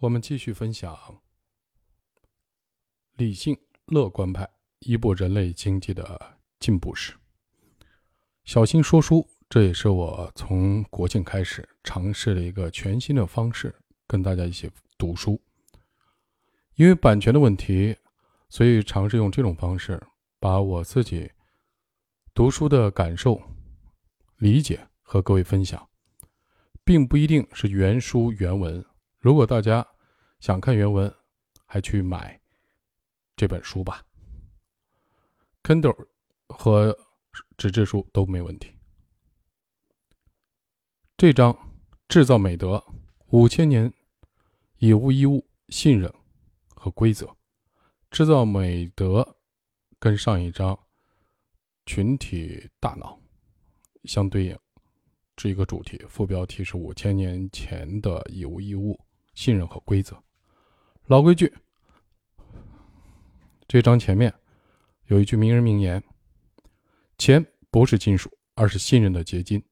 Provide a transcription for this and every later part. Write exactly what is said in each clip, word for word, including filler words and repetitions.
我们继续分享理性乐观派一部人类经济的进步史。小新说书，这也是我从国庆开始尝试了一个全新的方式，跟大家一起读书。因为版权的问题，所以尝试用这种方式把我自己读书的感受、理解和各位分享，并不一定是原书原文。如果大家想看原文，还去买这本书吧， Kindle 和纸质书都没问题。这章制造美德五千年以物易物，信任和规则。制造美德跟上一章群体大脑相对应，这一个主题，副标题是五千年前的以物易物，信任和规则。老规矩，这章前面有一句名人名言：钱不是金属，而是信任的结晶。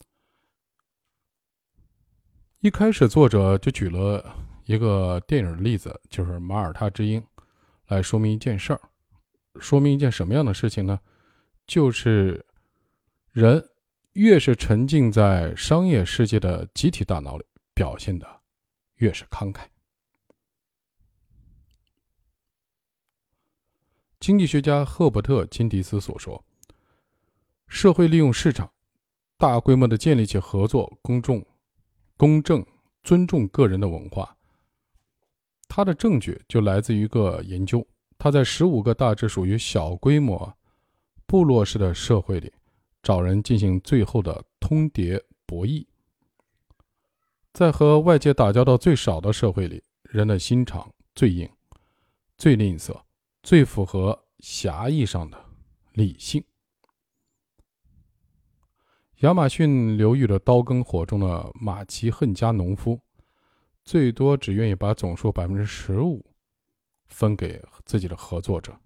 一开始作者就举了一个电影的例子，就是马耳他之鹰，来说明一件事儿。说明一件什么样的事情呢？就是人越是沉浸在商业世界的集体大脑里，表现的越是慷慨。经济学家赫伯特·金迪斯所说，社会利用市场大规模地建立起合作、公众、公正、尊重个人的文化。他的证据就来自于一个研究，他在十五个大致属于小规模部落式的社会里找人进行最后的通牒博弈。在和外界打交道最少的社会里，人的心肠最硬、最吝啬、最符合狭义上的理性。亚马逊流域的刀耕火种的马其恨家农夫，最多只愿意把总数 百分之十五 分给自己的合作者。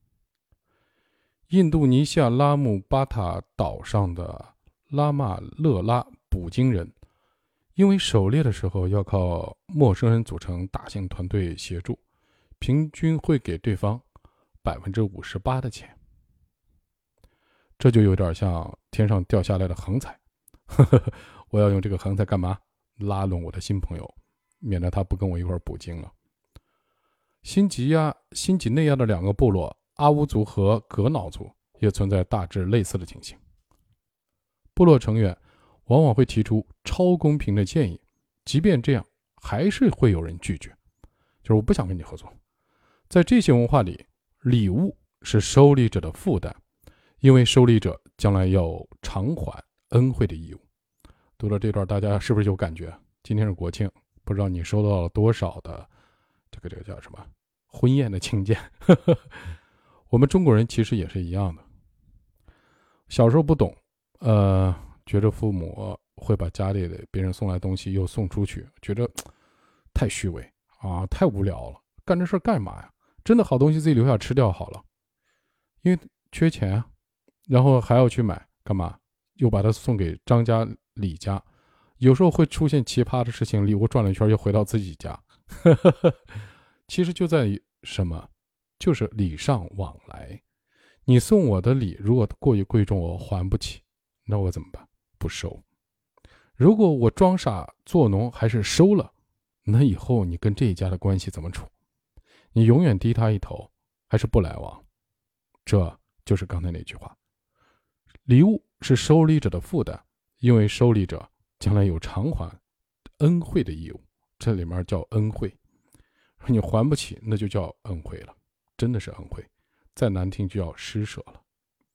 印度尼西亚拉姆巴塔岛上的拉马勒拉捕鲸人，因为狩猎的时候要靠陌生人组成大型团队协助，平均会给对方 百分之五十八 的钱。这就有点像天上掉下来的横财我要用这个横财干嘛？拉拢我的新朋友，免得他不跟我一块捕鲸了。新几亚、新几内亚的两个部落阿乌族和格瑙族也存在大致类似的情形。部落成员往往会提出超公平的建议，即便这样还是会有人拒绝，就是我不想跟你合作。在这些文化里，礼物是收礼者的负担，因为收礼者将来要偿还恩惠的义务。读了这段，大家是不是有感觉？今天是国庆，不知道你收到了多少的这个这个叫什么婚宴的请柬我们中国人其实也是一样的。小时候不懂，呃，觉得父母会把家里的别人送来东西又送出去，觉得太虚伪啊，太无聊了，干这事干嘛呀？真的好东西自己留下吃掉好了，因为缺钱啊，然后还要去买，干嘛？又把它送给张家、李家，有时候会出现奇葩的事情，礼物转了一圈又回到自己家其实就在于什么？就是礼尚往来。你送我的礼如果过于贵重，我还不起，那我怎么办？不收。如果我装傻做农还是收了，那以后你跟这一家的关系怎么处？你永远低他一头，还是不来往？这就是刚才那句话，礼物是收礼者的负担，因为收礼者将来有偿还恩惠的义务，这里面叫恩惠。你还不起，那就叫恩惠了，真的是恩惠，再难听就叫施舍了。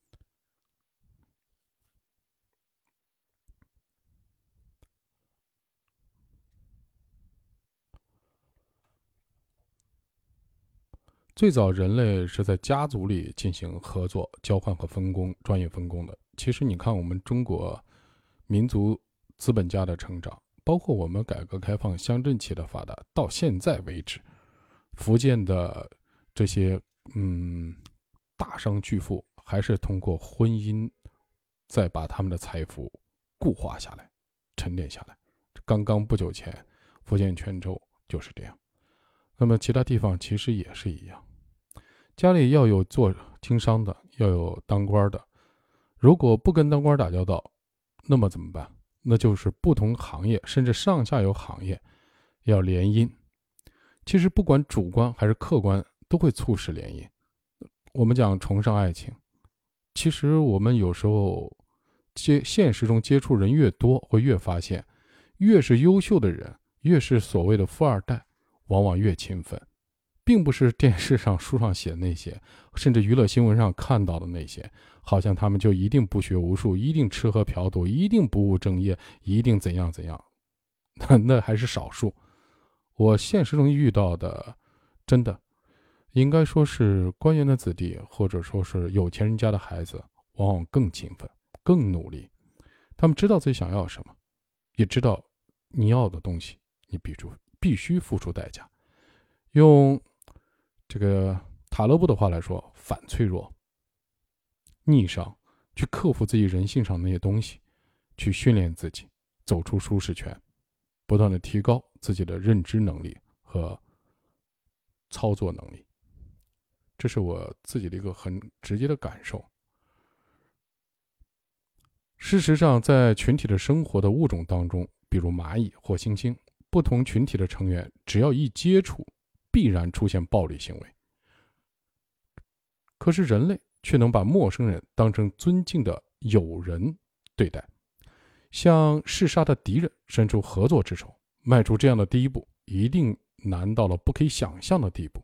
最早人类是在家族里进行合作、交换和分工、专业分工的。其实你看我们中国民族资本家的成长，包括我们改革开放乡镇企业的发达，到现在为止，福建的这些嗯大商巨富还是通过婚姻再把他们的财富固化下来、沉淀下来。刚刚不久前福建泉州就是这样。 那么其他地方其实也是一样，家里要有做经商的，要有当官的，如果不跟当官打交道，那么怎么办？那就是不同行业甚至上下游行业要联姻。其实不管主观还是客观都会促使联姻。我们讲崇尚爱情，其实我们有时候接现实中接触人越多，会越发现越是优秀的人，越是所谓的富二代，往往越勤奋，并不是电视上书上写的那些，甚至娱乐新闻上看到的那些，好像他们就一定不学无术，一定吃喝嫖赌，一定不务正业，一定怎样怎样，那还是少数。我现实中遇到的，真的应该说是官员的子弟，或者说是有钱人家的孩子，往往更勤奋，更努力。他们知道自己想要什么，也知道你要的东西，你必须必须付出代价。用这个塔勒布的话来说，反脆弱、逆商，去克服自己人性上那些东西，去训练自己，走出舒适圈，不断的提高自己的认知能力和操作能力。这是我自己的一个很直接的感受。事实上，在群体的生活的物种当中，比如蚂蚁或猩猩，不同群体的成员只要一接触，必然出现暴力行为。可是人类却能把陌生人当成尊敬的友人对待，向嗜杀的敌人伸出合作之手。迈出这样的第一步，一定难到了不可以想象的地步。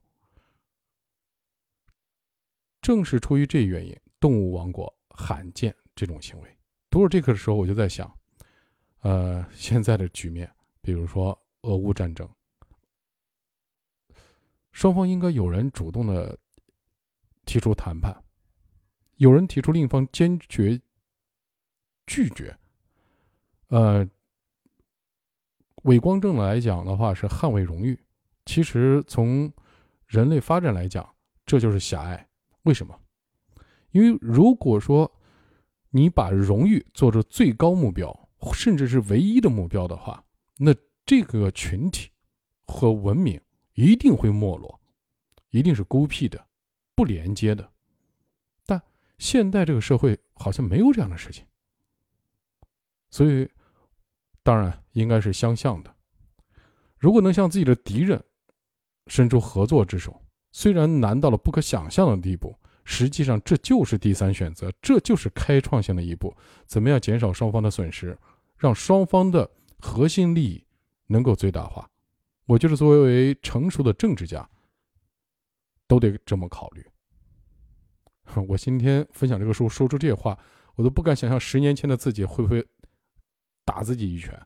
正是出于这原因，动物王国罕见这种行为。读了这个的时候，我就在想，呃，现在的局面，比如说俄乌战争，双方应该有人主动的提出谈判，有人提出另一方坚决拒绝。呃，伪光正来讲的话是捍卫荣誉，其实从人类发展来讲，这就是狭隘。为什么？因为如果说你把荣誉做成最高目标，甚至是唯一的目标的话，那这个群体和文明一定会没落，一定是孤僻的，不连接的。但现在这个社会好像没有这样的事情，所以当然应该是相向的。如果能向自己的敌人伸出合作之手，虽然难到了不可想象的地步，实际上这就是第三选择，这就是开创性的一步。怎么样减少双方的损失，让双方的核心利益能够最大化？我觉得作为成熟的政治家，都得这么考虑。我今天分享这个书说出这些话，我都不敢想象十年前的自己会不会打自己一拳。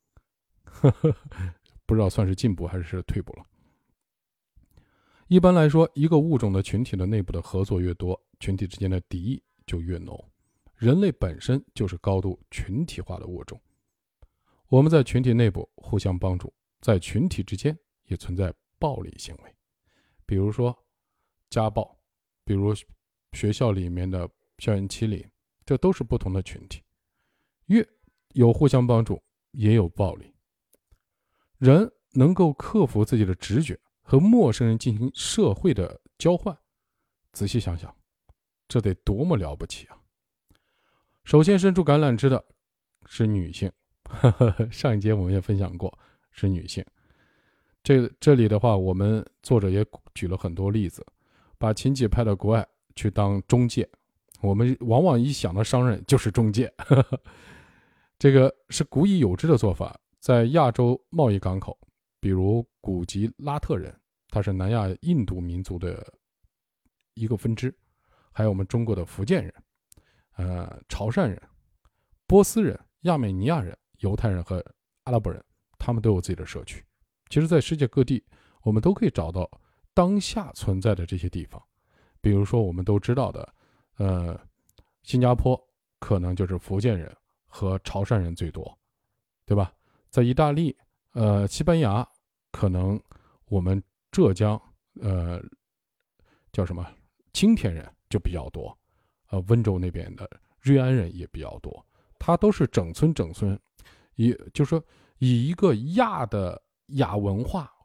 不知道算是进步还是退步了。一般来说，一个物种的群体的内部的合作越多，群体之间的敌意就越浓。人类本身就是高度群体化的物种，我们在群体内部互相帮助，在群体之间也存在暴力行为，比如说家暴，比如学校里面的校园欺凌，这都是不同的群体，越有互相帮助，也有暴力。人能够克服自己的直觉，和陌生人进行社会的交换，仔细想想，这得多么了不起啊！首先伸出橄榄枝的是女性，上一节我们也分享过，是女性。这这里的话，我们作者也举了很多例子，把亲戚派到国外去当中介，我们往往一想到商人就是中介，这个是古已有之的做法。在亚洲贸易港口，比如古吉拉特人，他是南亚印度民族的一个分支，还有我们中国的福建人、呃潮汕人、波斯人、亚美尼亚人、犹太人和阿拉伯人，他们都有自己的社区。其实在世界各地，我们都可以找到当下存在的这些地方，比如说我们都知道的，呃，新加坡可能就是福建人和潮汕人最多，对吧？在意大利、呃西班牙，可能我们浙江呃叫什么青田人就比较多，呃温州那边的瑞安人也比较多，它都是整村整村，也就是说以一个亚的亚文化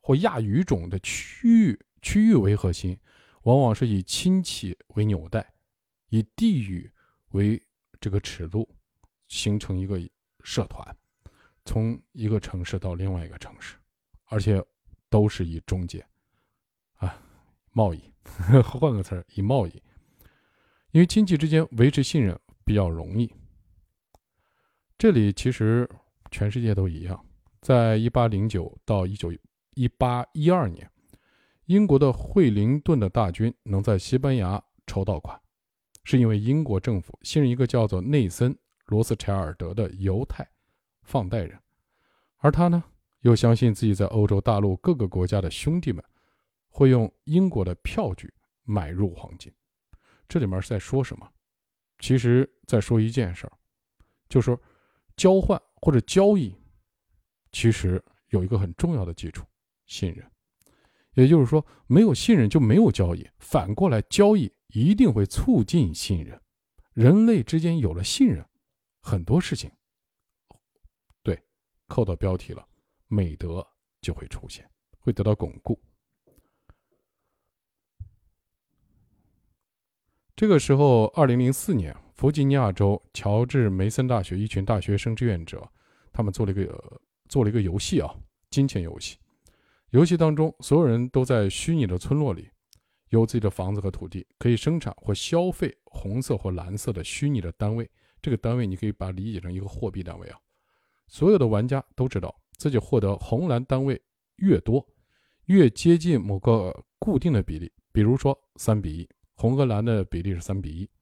或亚语种的区域区域为核心，往往是以亲戚为纽带，以地域为这个尺度，形成一个社团，从一个城市到另外一个城市，而且都是以中介啊贸易，换个词儿，以贸易，因为亲戚之间维持信任比较容易。这里其实全世界都一样，在一八零九到一八一二年，英国的惠灵顿的大军能在西班牙筹到款，是因为英国政府信任一个叫做内森·罗斯柴尔德的犹太放贷人，而他呢，又相信自己在欧洲大陆各个国家的兄弟们会用英国的票据买入黄金。这里面是在说什么？其实在说一件事儿，就是说交换或者交易，其实有一个很重要的基础，信任。也就是说，没有信任就没有交易，反过来交易一定会促进信任。人类之间有了信任，很多事情，对，扣到标题了，美德就会出现，会得到巩固。这个时候二零零四年，弗吉尼亚州乔治梅森大学一群大学生志愿者，他们做了一个、呃、做了一个游戏啊，金钱游戏。游戏当中，所有人都在虚拟的村落里，有自己的房子和土地，可以生产或消费红色或蓝色的虚拟的单位。这个单位你可以把它理解成一个货币单位啊。所有的玩家都知道，自己获得红蓝单位越多，越接近某个固定的比例，比如说三比一，红和蓝的比例是三比一，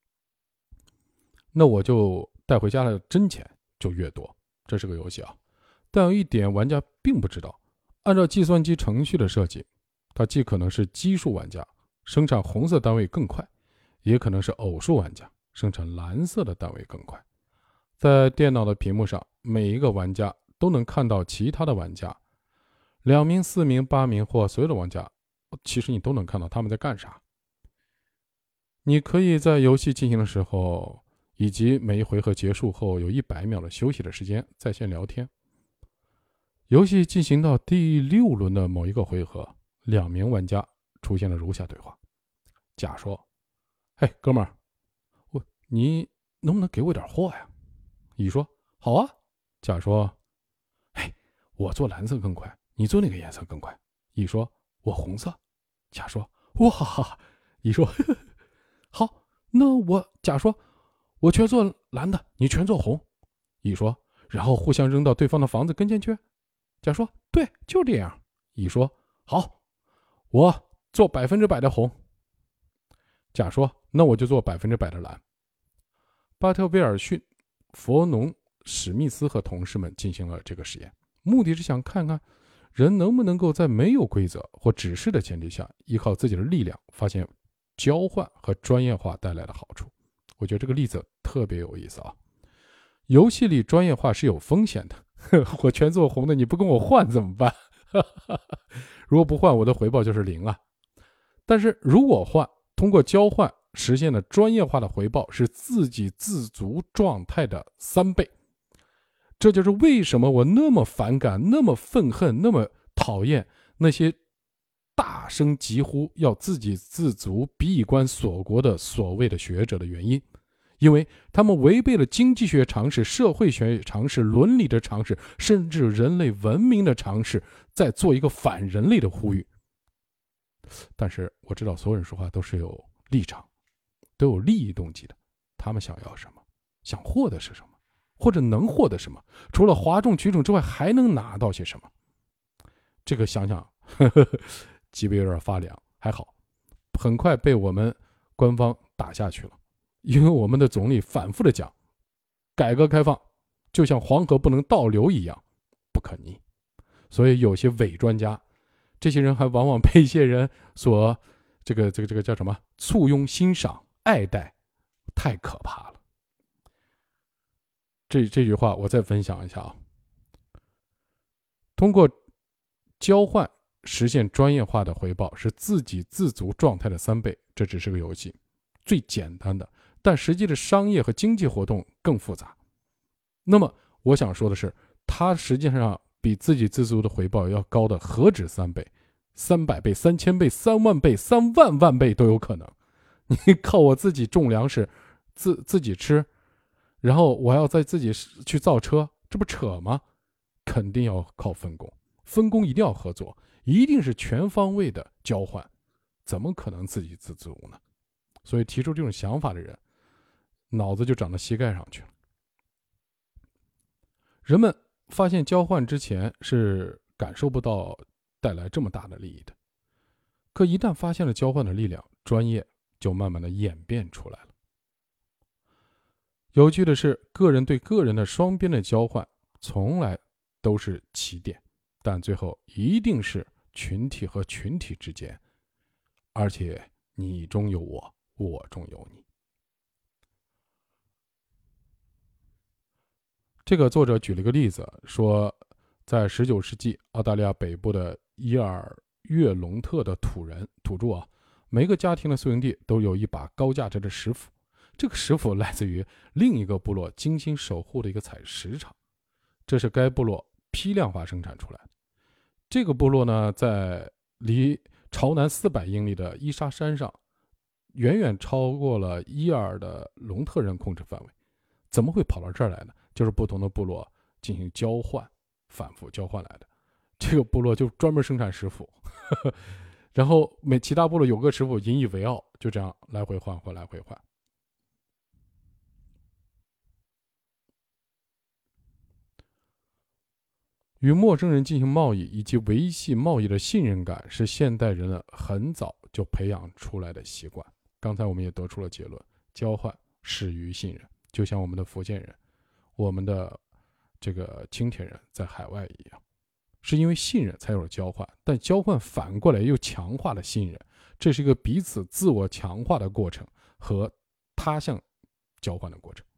那我就带回家的真钱就越多。这是个游戏啊，但有一点玩家并不知道，按照计算机程序的设计，它既可能是奇数玩家生产红色单位更快，也可能是偶数玩家生产蓝色的单位更快。在电脑的屏幕上，每一个玩家都能看到其他的玩家，两名、四名、八名或所有的玩家，其实你都能看到他们在干啥。你可以在游戏进行的时候，以及每一回合结束后有一百秒的休息的时间在线聊天。游戏进行到第六轮的某一个回合，两名玩家出现了如下对话。甲说：嘿，哥们儿，我你能不能给我点货呀？乙说：好啊。甲说：嘿，我做蓝色更快，你做那个颜色更快。乙说：我红色。甲说：哇。乙说：呵呵，好，那我甲说：我全做蓝的，你全做红。乙说：然后互相扔到对方的房子跟前去。甲说：对，就这样。乙说：好，我做百分之百的红。甲说：那我就做百分之百的蓝。巴特威尔逊、佛农、史密斯和同事们进行了这个实验，目的是想看看人能不能够在没有规则或指示的前提下，依靠自己的力量发现交换和专业化带来的好处。我觉得这个例子特别有意思啊！游戏里专业化是有风险的，我全做红的，你不跟我换怎么办？如果不换，我的回报就是零啊。但是如果换，通过交换实现的专业化的回报是自给自足状态的三倍。这就是为什么我那么反感、那么愤恨、那么讨厌那些大声疾呼要自给自足、闭关锁国的所谓的学者的原因。因为他们违背了经济学常识、社会学常识、伦理的常识，甚至人类文明的常识，在做一个反人类的呼吁。但是我知道所有人说话都是有立场，都有利益动机的。他们想要什么？想获得是什么？或者能获得什么？除了哗众取宠之外，还能拿到些什么？这个想想，呵呵呵，脊背有点发凉。还好，很快被我们官方打下去了。因为我们的总理反复的讲，改革开放就像黄河不能倒流一样不可逆。所以有些伪专家，这些人还往往被一些人所这个这个这个叫什么簇拥欣赏爱戴，太可怕了。这这句话我再分享一下啊。通过交换实现专业化的回报是自给自足状态的三倍，这只是个游戏，最简单的，但实际的商业和经济活动更复杂。那么我想说的是，它实际上比自给自足的回报要高的何止三倍、三百倍、三千倍、三万倍、三万万倍都有可能。你靠我自己种粮食，自自己吃，然后我要再自己去造车，这不扯吗？肯定要靠分工，分工一定要合作，一定是全方位的交换，怎么可能自给自足呢？所以提出这种想法的人，脑子就长到膝盖上去了。人们发现交换之前是感受不到带来这么大的利益的，可一旦发现了交换的力量，专业就慢慢的演变出来了。有趣的是，个人对个人的双边的交换从来都是起点，但最后一定是群体和群体之间，而且你中有我，我中有你。这个作者举了一个例子，说在十九世纪澳大利亚北部的伊尔岳隆特的土人土著啊，每个家庭的宿营地都有一把高价值的石斧，这个石斧来自于另一个部落精心守护的一个采石场，这是该部落批量化生产出来的。这个部落呢，在离朝南四百英里的伊莎山上，远远超过了伊尔的隆特人控制范围。怎么会跑到这儿来呢？就是不同的部落进行交换，反复交换来的。这个部落就专门生产石斧，呵呵，然后每其他部落有个石斧引以为傲，就这样来回换，或来回换。与陌生人进行贸易以及维系贸易的信任感，是现代人很早就培养出来的习惯。刚才我们也得出了结论，交换始于信任，就像我们的福建人，我们的这个青田人在海外一样，是因为信任才有了交换，但交换反过来又强化了信任，这是一个彼此自我强化的过程和他项交换的过程。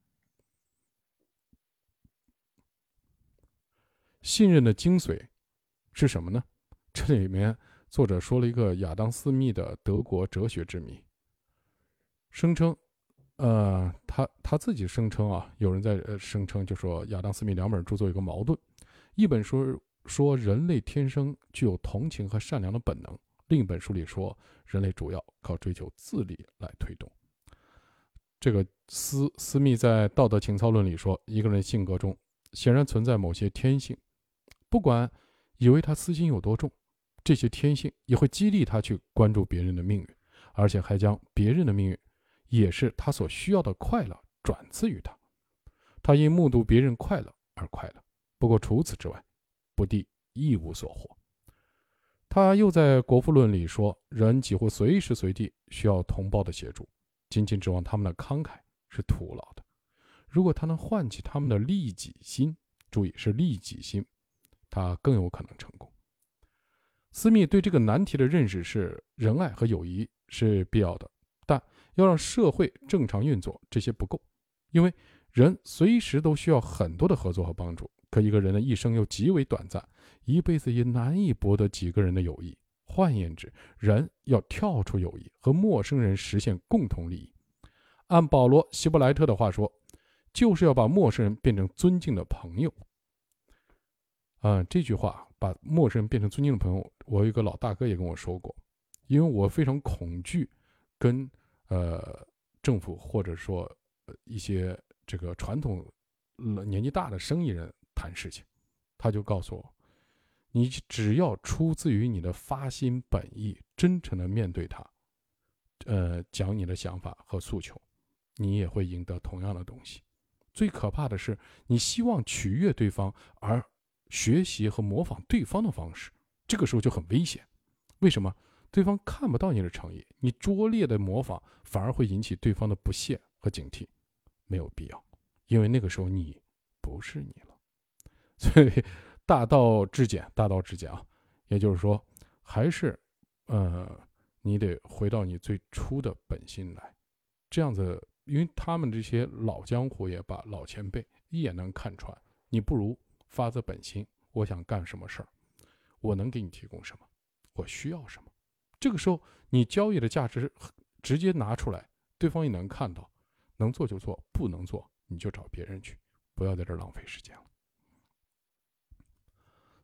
信任的精髓是什么呢？这里面作者说了一个亚当·斯密的德国哲学之谜，声称呃，他他自己声称啊，有人在呃声称就说亚当·斯密两本著作有个矛盾，一本书说人类天生具有同情和善良的本能，另一本书里说人类主要靠追求自利来推动。这个斯斯密在《道德情操论》里说，一个人性格中显然存在某些天性，不管以为他私心有多重，这些天性也会激励他去关注别人的命运，而且还将别人的命运也是他所需要的快乐转赐于他。他因目睹别人快乐而快乐，不过除此之外，不地一无所获。他又在《国富论》里说，人几乎随时随地需要同胞的协助，仅仅指望他们的慷慨是徒劳的。如果他能唤起他们的利己心，注意是利己心，他更有可能成功。斯密对这个难题的认识是，仁爱和友谊是必要的，但要让社会正常运作，这些不够，因为人随时都需要很多的合作和帮助，可一个人的一生又极为短暂，一辈子也难以博得几个人的友谊。换言之，人要跳出友谊，和陌生人实现共同利益。按保罗·希伯莱特的话说，就是要把陌生人变成尊敬的朋友。呃，这句话把陌生人变成尊敬的朋友，我有一个老大哥也跟我说过，因为我非常恐惧跟呃政府或者说一些这个传统年纪大的生意人谈事情，他就告诉我，你只要出自于你的发心本意，真诚的面对他，呃，讲你的想法和诉求，你也会赢得同样的东西。最可怕的是，你希望取悦对方而学习和模仿对方的方式，这个时候就很危险。为什么？对方看不到你的诚意，你拙劣的模仿反而会引起对方的不屑和警惕，没有必要，因为那个时候你不是你了。所以大道至简，大道至简啊，也就是说，还是呃，你得回到你最初的本心来，这样子，因为他们这些老江湖也罢，老前辈一眼能看穿，你不如发自本心，我想干什么事儿，我能给你提供什么，我需要什么。这个时候，你交易的价值直接拿出来，对方也能看到，能做就做，不能做你就找别人去，不要在这儿浪费时间了。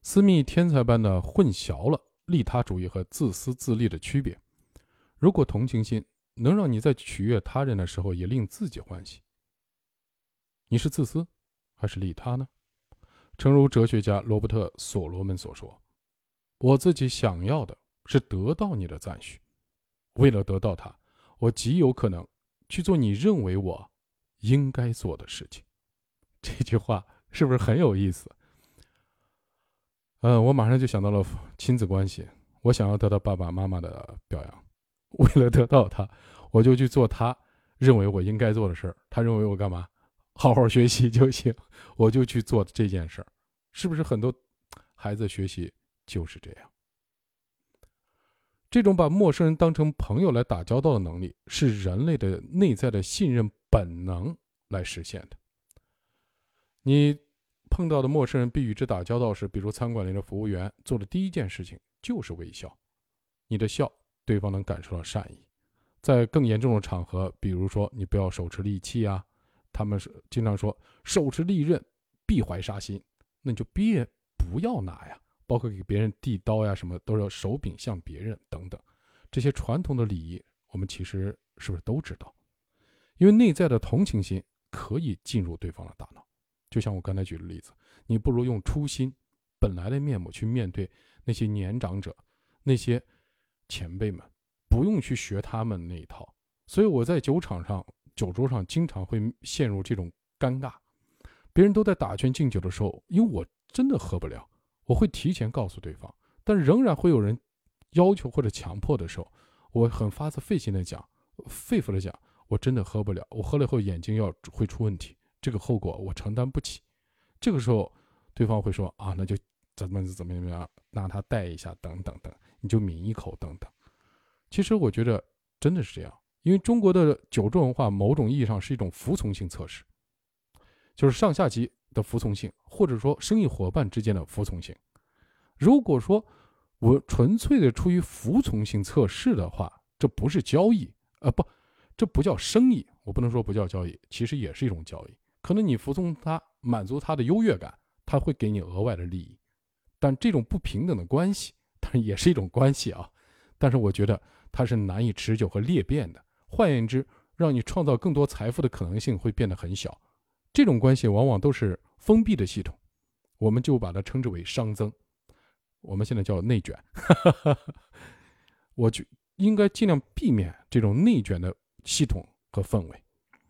斯密天才般的混淆了利他主义和自私自利的区别。如果同情心能让你在取悦他人的时候也令自己欢喜，你是自私还是利他呢？诚如哲学家罗伯特·所罗门所说，我自己想要的是得到你的赞许，为了得到它，我极有可能去做你认为我应该做的事情。这句话是不是很有意思？嗯，我马上就想到了亲子关系，我想要得到爸爸妈妈的表扬，为了得到他，我就去做他认为我应该做的事儿。他认为我干嘛？好好学习就行，我就去做这件事儿。是不是很多孩子学习就是这样？这种把陌生人当成朋友来打交道的能力，是人类的内在的信任本能来实现的。你碰到的陌生人必与之打交道时，比如餐馆里的服务员，做的第一件事情就是微笑。你的笑，对方能感受到善意。在更严重的场合，比如说你不要手持利器啊，他们是经常说手持利刃必怀杀心，那你就别不要拿呀。包括给别人递刀呀，什么都要手柄向别人等等，这些传统的礼仪，我们其实是不是都知道？因为内在的同情心可以进入对方的大脑。就像我刚才举的例子，你不如用初心本来的面目去面对那些年长者，那些前辈们，不用去学他们那一套。所以我在酒场上酒桌上经常会陷入这种尴尬，别人都在打拳敬酒的时候，因为我真的喝不了，我会提前告诉对方，但仍然会有人要求或者强迫的时候，我很发自肺心的讲，肺腑的讲，我真的喝不了，我喝了以后眼睛要会出问题，这个后果我承担不起。这个时候对方会说啊，那就怎么怎么样，让他带一下等等等，你就抿一口等等。其实我觉得真的是这样，因为中国的酒桌文化某种意义上是一种服从性测试，就是上下级的服从性，或者说生意伙伴之间的服从性。如果说我纯粹的出于服从性测试的话，这不是交易，呃不，这不叫生意，我不能说不叫交易，其实也是一种交易。可能你服从他，满足他的优越感，他会给你额外的利益，但这种不平等的关系，当然也是一种关系啊。但是我觉得它是难以持久和裂变的。换言之，让你创造更多财富的可能性会变得很小。这种关系往往都是封闭的系统，我们就把它称之为熵增，我们现在叫内卷。我就应该尽量避免这种内卷的系统和氛围。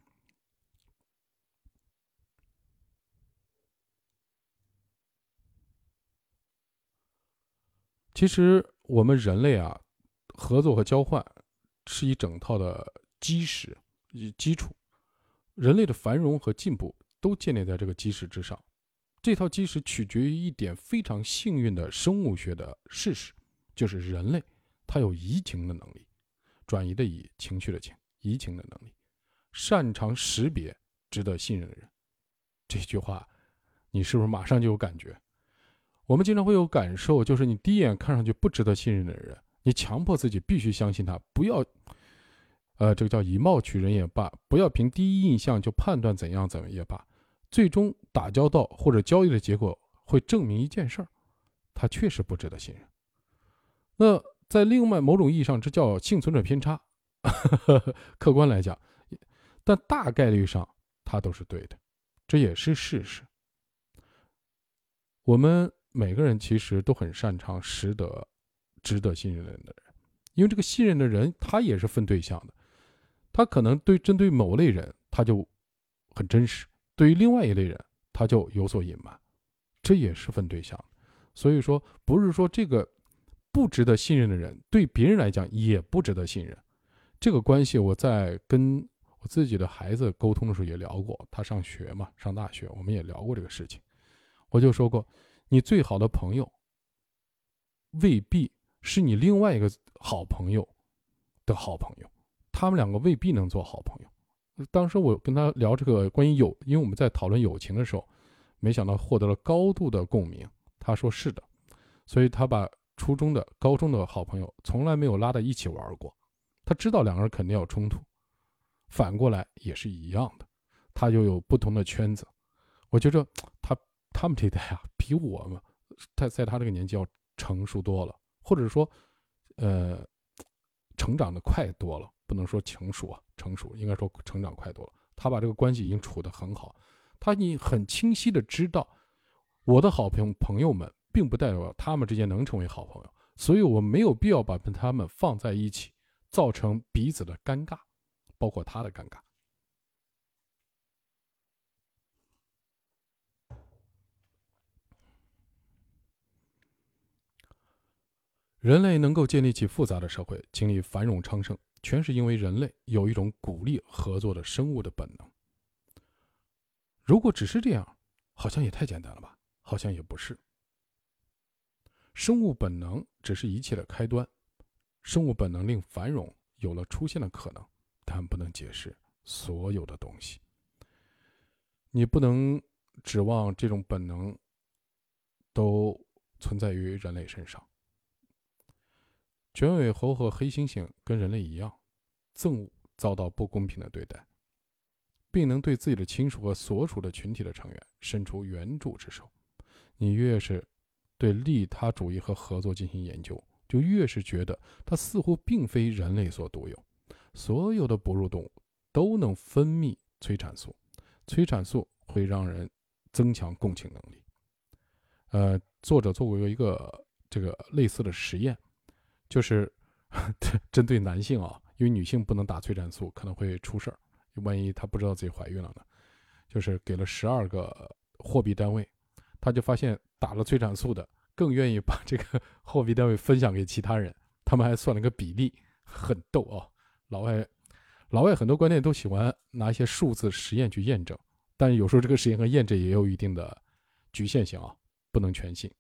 其实我们人类啊，合作和交换是一整套的基石基础，人类的繁荣和进步都建立在这个基石之上。这套基石取决于一点非常幸运的生物学的事实，就是人类他有移情的能力，转移的移，情绪的情，移情的能力，擅长识别值得信任的人。这句话你是不是马上就有感觉？我们经常会有感受，就是你第一眼看上去不值得信任的人，你强迫自己必须相信他，不要呃，这个叫以貌取人也罢，不要凭第一印象就判断怎样怎么也罢，最终打交道或者交易的结果会证明一件事儿，他确实不值得信任。那在另外某种意义上，这叫幸存者偏差，客观来讲，但大概率上它都是对的，这也是事实。我们每个人其实都很擅长识得值得信任的人，因为这个信任的人他也是分对象的，他可能对针对某类人他就很真实，对于另外一类人他就有所隐瞒，这也是分对象的。所以说不是说这个不值得信任的人对别人来讲也不值得信任。这个关系我在跟我自己的孩子沟通的时候也聊过，他上学嘛，上大学我们也聊过这个事情。我就说过，你最好的朋友未必是你另外一个好朋友的好朋友，他们两个未必能做好朋友。当时我跟他聊这个关于友，因为我们在讨论友情的时候，没想到获得了高度的共鸣。他说是的，所以他把初中的高中的好朋友从来没有拉在一起玩过，他知道两个人肯定要冲突，反过来也是一样的，他就有不同的圈子。我觉得他他们这代啊，比我们他在他这个年纪要成熟多了，或者说，呃，成长的快多了，不能说成熟啊，成熟应该说成长快多了。他把这个关系已经处得很好，他已经很清晰的知道，我的好朋朋友们并不代表他们之间能成为好朋友，所以我没有必要把他们放在一起，造成彼此的尴尬，包括他的尴尬。人类能够建立起复杂的社会，经历繁荣昌盛，全是因为人类有一种鼓励合作的生物的本能。如果只是这样，好像也太简单了吧？好像也不是。生物本能只是一切的开端，生物本能令繁荣有了出现的可能，但不能解释所有的东西。你不能指望这种本能都存在于人类身上。卷尾猴和黑猩猩跟人类一样，憎恶遭到不公平的对待，并能对自己的亲属和所属的群体的成员伸出援助之手。你越是对利他主义和合作进行研究，就越是觉得它似乎并非人类所独有。所有的哺乳动物都能分泌催产素，催产素会让人增强共情能力。呃，作者做过一个这个类似的实验，就是针对男性啊，因为女性不能打催产素，可能会出事儿，万一她不知道自己怀孕了呢。就是给了十二个货币单位，他就发现打了催产素的更愿意把这个货币单位分享给其他人，他们还算了个比例，很逗啊。老外老外很多观念都喜欢拿一些数字实验去验证，但是有时候这个实验和验证也有一定的局限性啊，不能全信。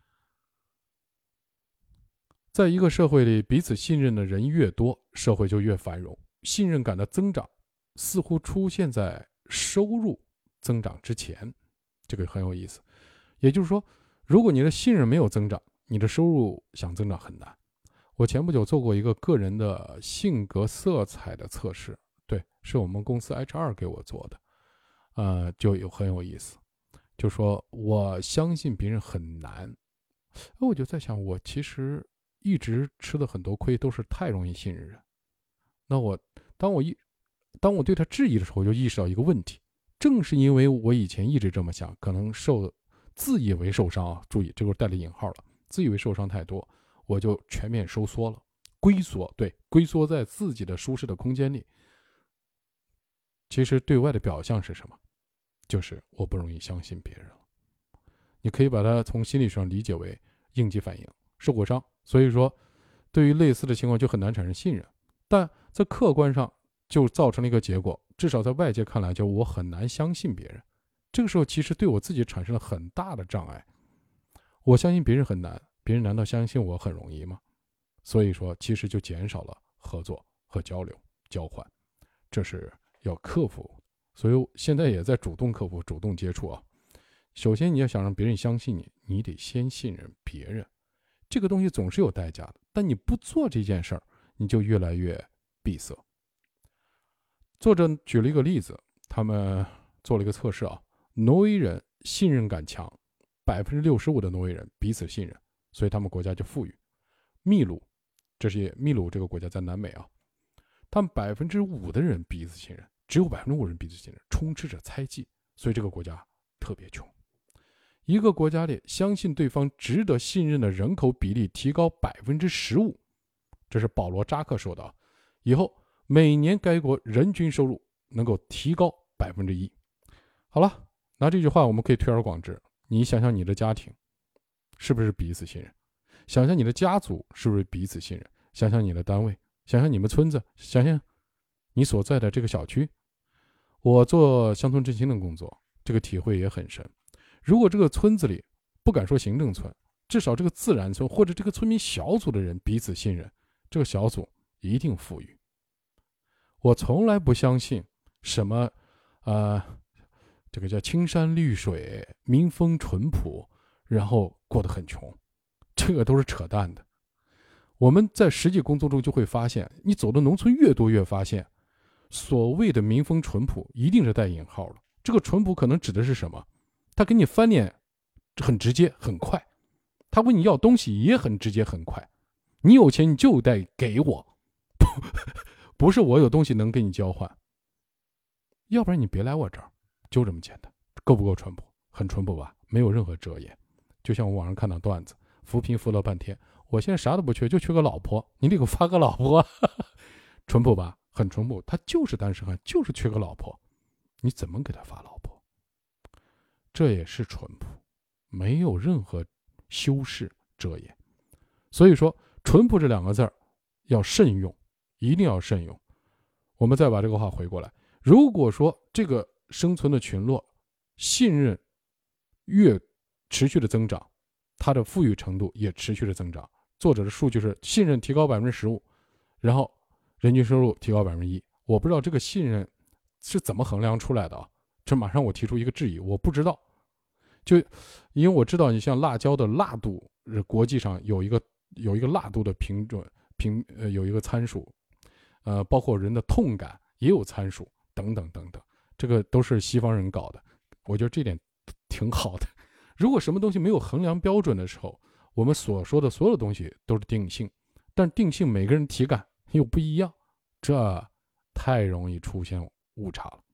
在一个社会里，彼此信任的人越多，社会就越繁荣。信任感的增长似乎出现在收入增长之前，这个很有意思。也就是说，如果你的信任没有增长，你的收入想增长很难。我前不久做过一个个人的性格色彩的测试，对，是我们公司 H R 给我做的，呃，就有很有意思。就说我相信别人很难，我就在想，我其实一直吃的很多亏都是太容易信任人。那我当我一当我对他质疑的时候，我就意识到一个问题，正是因为我以前一直这么想，可能受自以为受伤啊，注意这个带了引号了，自以为受伤太多，我就全面收缩了，龟缩，对，龟缩在自己的舒适的空间里。其实对外的表象是什么？就是我不容易相信别人了。你可以把它从心理上理解为应激反应，受过伤，所以说对于类似的情况就很难产生信任，但在客观上就造成了一个结果，至少在外界看来，就我很难相信别人。这个时候其实对我自己产生了很大的障碍。我相信别人很难，别人难道相信我很容易吗？所以说其实就减少了合作和交流交换，这是要克服。所以现在也在主动克服，主动接触啊。首先你要想让别人相信你，你得先信任别人。这个东西总是有代价的，但你不做这件事儿，你就越来越闭塞。作者举了一个例子，他们做了一个测试啊，挪威人信任感强，百分之六十五的挪威人彼此信任，所以他们国家就富裕。秘鲁，这是秘鲁这个国家在南美啊，他们百分之五的人彼此信任，只有百分之五人彼此信任，充斥着猜忌，所以这个国家特别穷。一个国家里相信对方值得信任的人口比例提高百分之十五，这是保罗扎克说的啊。以后每年该国人均收入能够提高百分之一。好了，拿这句话我们可以推而广之，你想想你的家庭是不是彼此信任？想想你的家族是不是彼此信任？想想你的单位，想想你们村子，想想你所在的这个小区。我做乡村振兴的工作，这个体会也很深。如果这个村子里，不敢说行政村，至少这个自然村或者这个村民小组的人彼此信任，这个小组一定富裕。我从来不相信什么呃，这个叫青山绿水，民风淳朴，然后过得很穷，这个都是扯淡的。我们在实际工作中就会发现，你走的农村越多，越发现所谓的民风淳朴一定是带引号的。这个淳朴可能指的是什么？他给你翻脸很直接很快， 他问你要东西也很直接很快，你有钱你就得给我，不是我有东西能跟你交换，要不然你别来我这儿，就这么简单。够不够淳朴？很淳朴吧，没有任何遮掩。就像我网上看到段子，扶贫扶了半天，我现在啥都不缺，就缺个老婆，你得给我发个老婆。淳朴吧，很淳朴，他就是单身汉，就是缺个老婆，你怎么给他发老婆？这也是淳朴，没有任何修饰遮掩。所以说淳朴这两个字儿要慎用，一定要慎用。我们再把这个话回过来，如果说这个生存的群落信任越持续的增长，它的富裕程度也持续的增长。作者的数据是信任提高 百分之十五， 然后人均收入提高 百分之一。 我不知道这个信任是怎么衡量出来的啊？这马上我提出一个质疑，我不知道。就因为我知道你像辣椒的辣度，国际上有一个有一个辣度的评准评呃有一个参数，呃包括人的痛感也有参数等等等等，这个都是西方人搞的，我觉得这点挺好的。如果什么东西没有衡量标准的时候，我们所说的所有东西都是定性，但定性每个人体感又不一样，这太容易出现误差了。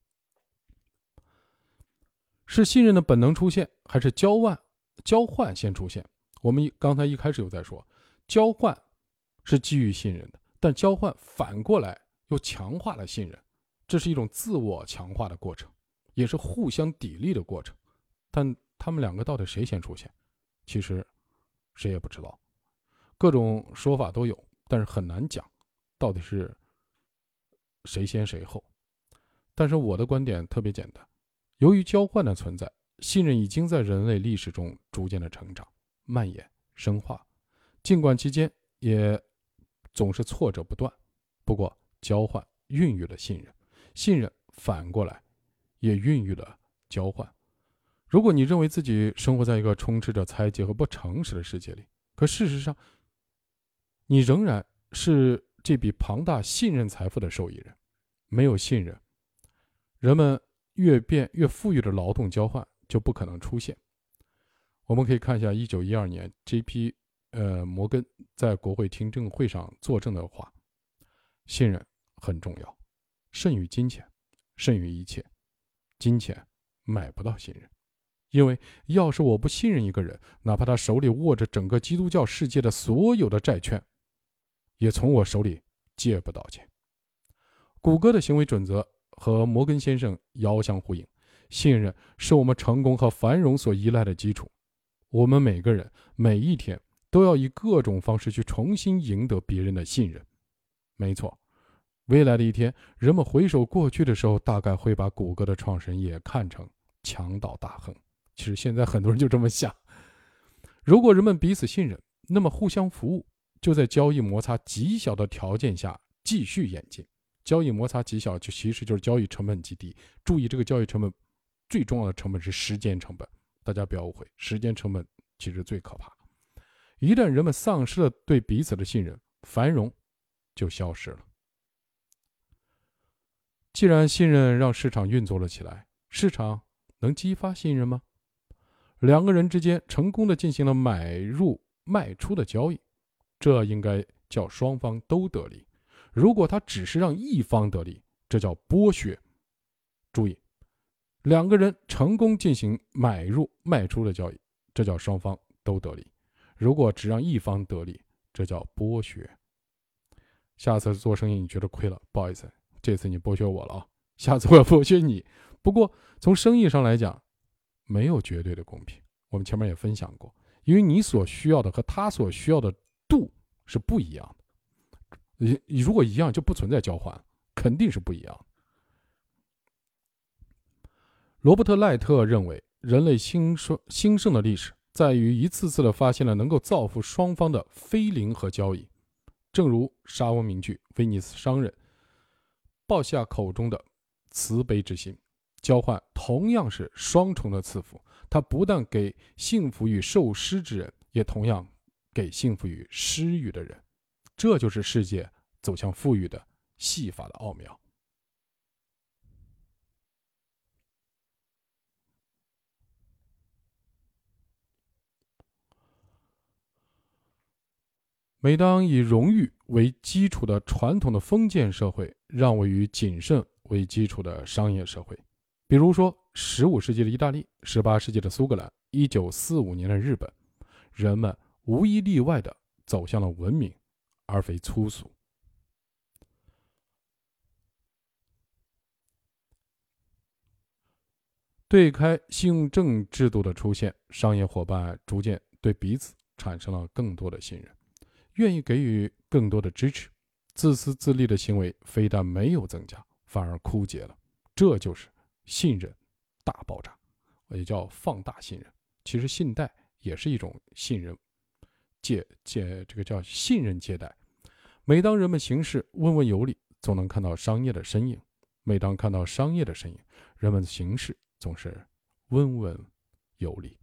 是信任的本能出现，还是交换交换先出现？我们刚才一开始有在说，交换是基于信任的，但交换反过来又强化了信任，这是一种自我强化的过程，也是互相砥砺的过程。但他们两个到底谁先出现，其实谁也不知道，各种说法都有，但是很难讲到底是谁先谁后。但是我的观点特别简单，由于交换的存在，信任已经在人类历史中逐渐的成长、蔓延、深化，尽管期间也总是挫折不断，不过交换孕育了信任，信任反过来也孕育了交换。如果你认为自己生活在一个充斥着猜忌和不诚实的世界里，可事实上你仍然是这笔庞大信任财富的受益人。没有信任，人们越变越富裕的劳动交换就不可能出现。我们可以看一下一九一二年 J P 呃摩根在国会听证会上作证的话：信任很重要，胜于金钱，胜于一切。金钱买不到信任，因为要是我不信任一个人，哪怕他手里握着整个基督教世界的所有的债券，也从我手里借不到钱。谷歌的行为准则和摩根先生遥相呼应，信任是我们成功和繁荣所依赖的基础。我们每个人每一天都要以各种方式去重新赢得别人的信任。没错，未来的一天，人们回首过去的时候，大概会把谷歌的创始人也看成强盗大亨。其实现在很多人就这么想。如果人们彼此信任，那么互相服务就在交易摩擦极小的条件下继续演进。交易摩擦极小，就其实就是交易成本极低。注意，这个交易成本最重要的成本是时间成本，大家不要误会，时间成本其实最可怕。一旦人们丧失了对彼此的信任，繁荣就消失了。既然信任让市场运作了起来，市场能激发信任吗？两个人之间成功的进行了买入卖出的交易，这应该叫双方都得利。如果他只是让一方得利，这叫剥削。注意，两个人成功进行买入卖出的交易，这叫双方都得利。如果只让一方得利，这叫剥削。下次做生意你觉得亏了，不好意思，这次你剥削我了啊，下次我要剥削你。不过从生意上来讲，没有绝对的公平，我们前面也分享过，因为你所需要的和他所需要的度是不一样的。如果一样，就不存在交换，肯定是不一样。罗伯特·赖特认为，人类兴盛兴盛的历史在于一次次的发现了能够造福双方的非零和交易。正如莎翁名句《威尼斯商人》鲍夏口中的慈悲之心，交换同样是双重的赐福，它不但给幸福于受施之人，也同样给幸福于施予的人。这就是世界走向富裕的戏法的奥妙。 每当以荣誉为基础的传统的封建社会让位于谨慎为基础的商业社会，比如说十五世纪的意大利、十八世纪的苏格兰、一九四五年的日本，人们无一例外地走向了文明，而非粗俗。对开信用证制度的出现，商业伙伴逐渐对彼此产生了更多的信任，愿意给予更多的支持。自私自利的行为非但没有增加，反而枯竭了。这就是信任大爆炸，也叫放大信任。其实信贷也是一种信任借借这个叫信任借贷。每当人们行事温文有礼，总能看到商业的身影；每当看到商业的身影，人们的行事总是温文有礼。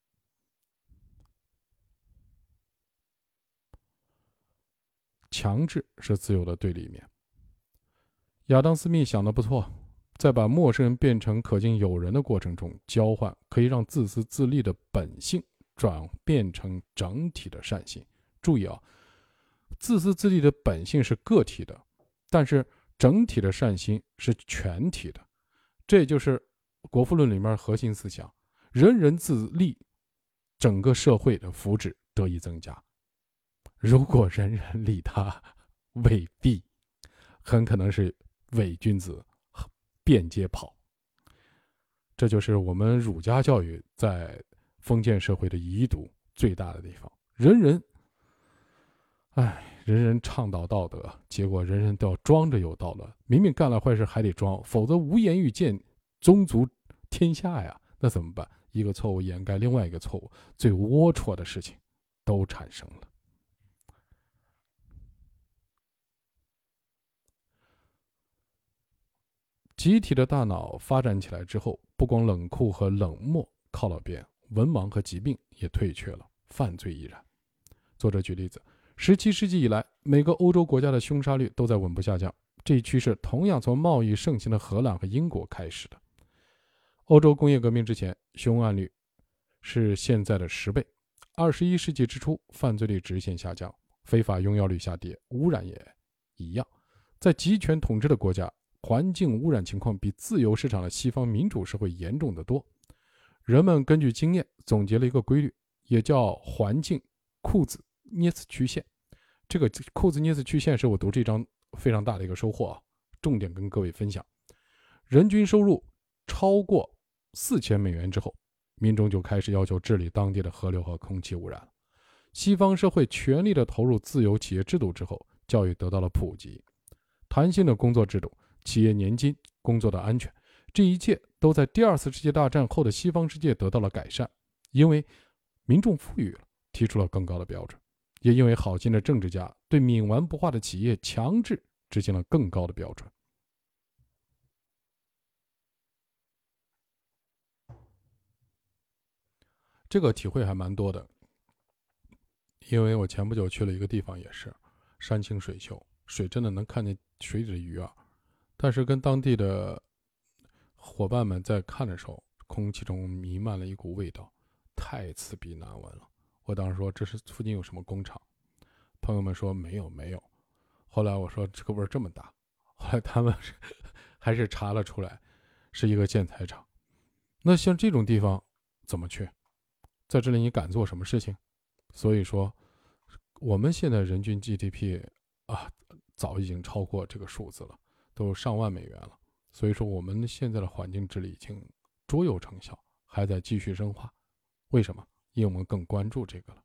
强制是自由的对立面。亚当·斯密想得不错，在把陌生人变成可敬友人的过程中，交换可以让自私自利的本性转变成整体的善性。注意啊，自私自利的本性是个体的，但是整体的善心是全体的。这就是国富论里面核心思想，人人自利，整个社会的福祉得以增加。如果人人利他，未必，很可能是伪君子遍街跑。这就是我们儒家教育在封建社会的遗毒最大的地方。人人，哎，人人倡导道德，结果人人都要装着有道德，明明干了坏事还得装，否则无颜遇见宗族天下呀。那怎么办？一个错误掩盖另外一个错误，最龌龊的事情都产生了。集体的大脑发展起来之后，不光冷酷和冷漠靠了边，文盲和疾病也退却了，犯罪亦然。作者举例子，十七世纪以来，每个欧洲国家的凶杀率都在稳步下降，这一趋势同样从贸易盛行的荷兰和英国开始的。欧洲工业革命之前，凶案率是现在的十倍。二十一世纪之初，犯罪率直线下降，非法用药率下跌，污染也一样。在集权统治的国家，环境污染情况比自由市场的西方民主社会严重得多。人们根据经验总结了一个规律，也叫环境库兹涅茨曲线。这个库兹涅茨曲线是我读这张非常大的一个收获啊，重点跟各位分享。人均收入超过四千美元之后，民众就开始要求治理当地的河流和空气污染了。西方社会全力的投入自由企业制度之后，教育得到了普及，弹性的工作制度，企业年金，工作的安全，这一切都在第二次世界大战后的西方世界得到了改善。因为民众富裕了，提出了更高的标准，也因为好心的政治家对冥顽不化的企业强制执行了更高的标准。这个体会还蛮多的，因为我前不久去了一个地方，也是山清水秀，水真的能看见水里的鱼啊。但是跟当地的伙伴们在看的时候，空气中弥漫了一股味道，太刺鼻难闻了。我当时说这是附近有什么工厂，朋友们说没有没有。后来我说这个味儿这么大，后来他们还是查了出来，是一个建材厂。那像这种地方怎么去？在这里你敢做什么事情？所以说我们现在人均 G D P 啊，早已经超过这个数字了，都上万美元了。所以说我们现在的环境治理已经卓有成效，还在继续深化。为什么？因为我们更关注这个了。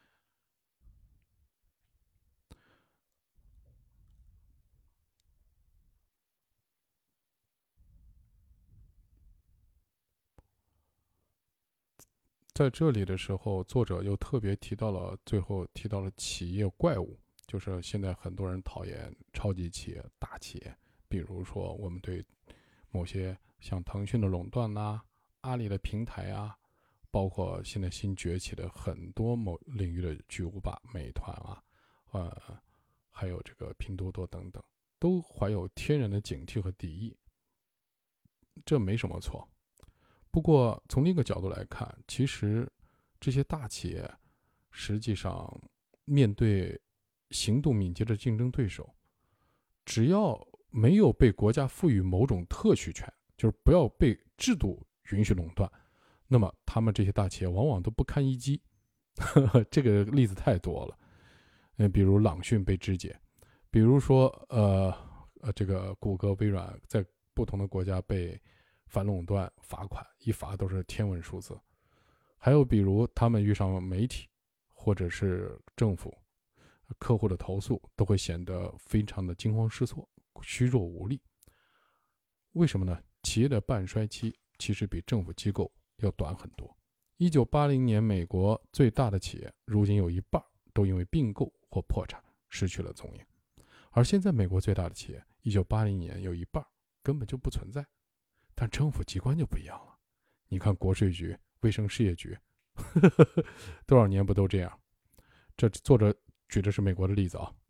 在这里的时候，作者又特别提到了，最后提到了企业怪物，就是现在很多人讨厌超级企业、大企业，比如说我们对某些像腾讯的垄断啊、阿里的平台啊，包括现在新崛起的很多某领域的巨无霸，美团啊，呃，还有这个拼多多等等，都怀有天然的警惕和敌意，这没什么错。不过从另一个角度来看，其实这些大企业实际上面对行动敏捷的竞争对手，只要没有被国家赋予某种特许权，就是不要被制度允许垄断，那么他们这些大企业往往都不堪一击。这个例子太多了，呃，比如朗讯被肢解，比如说呃呃这个谷歌、微软在不同的国家被反垄断罚款，一罚都是天文数字。还有比如他们遇上媒体或者是政府客户的投诉，都会显得非常的惊慌失措、虚弱无力。为什么呢？企业的半衰期其实比政府机构要短很多。一九八零年，美国最大的企业如今有一半都因为并购或破产失去了踪影。而现在美国最大的企业一九八零年有一半根本就不存在。但政府机关就不一样了，你看国税局、卫生事业局呵呵呵，多少年不都这样？这作者举的是美国的例子啊。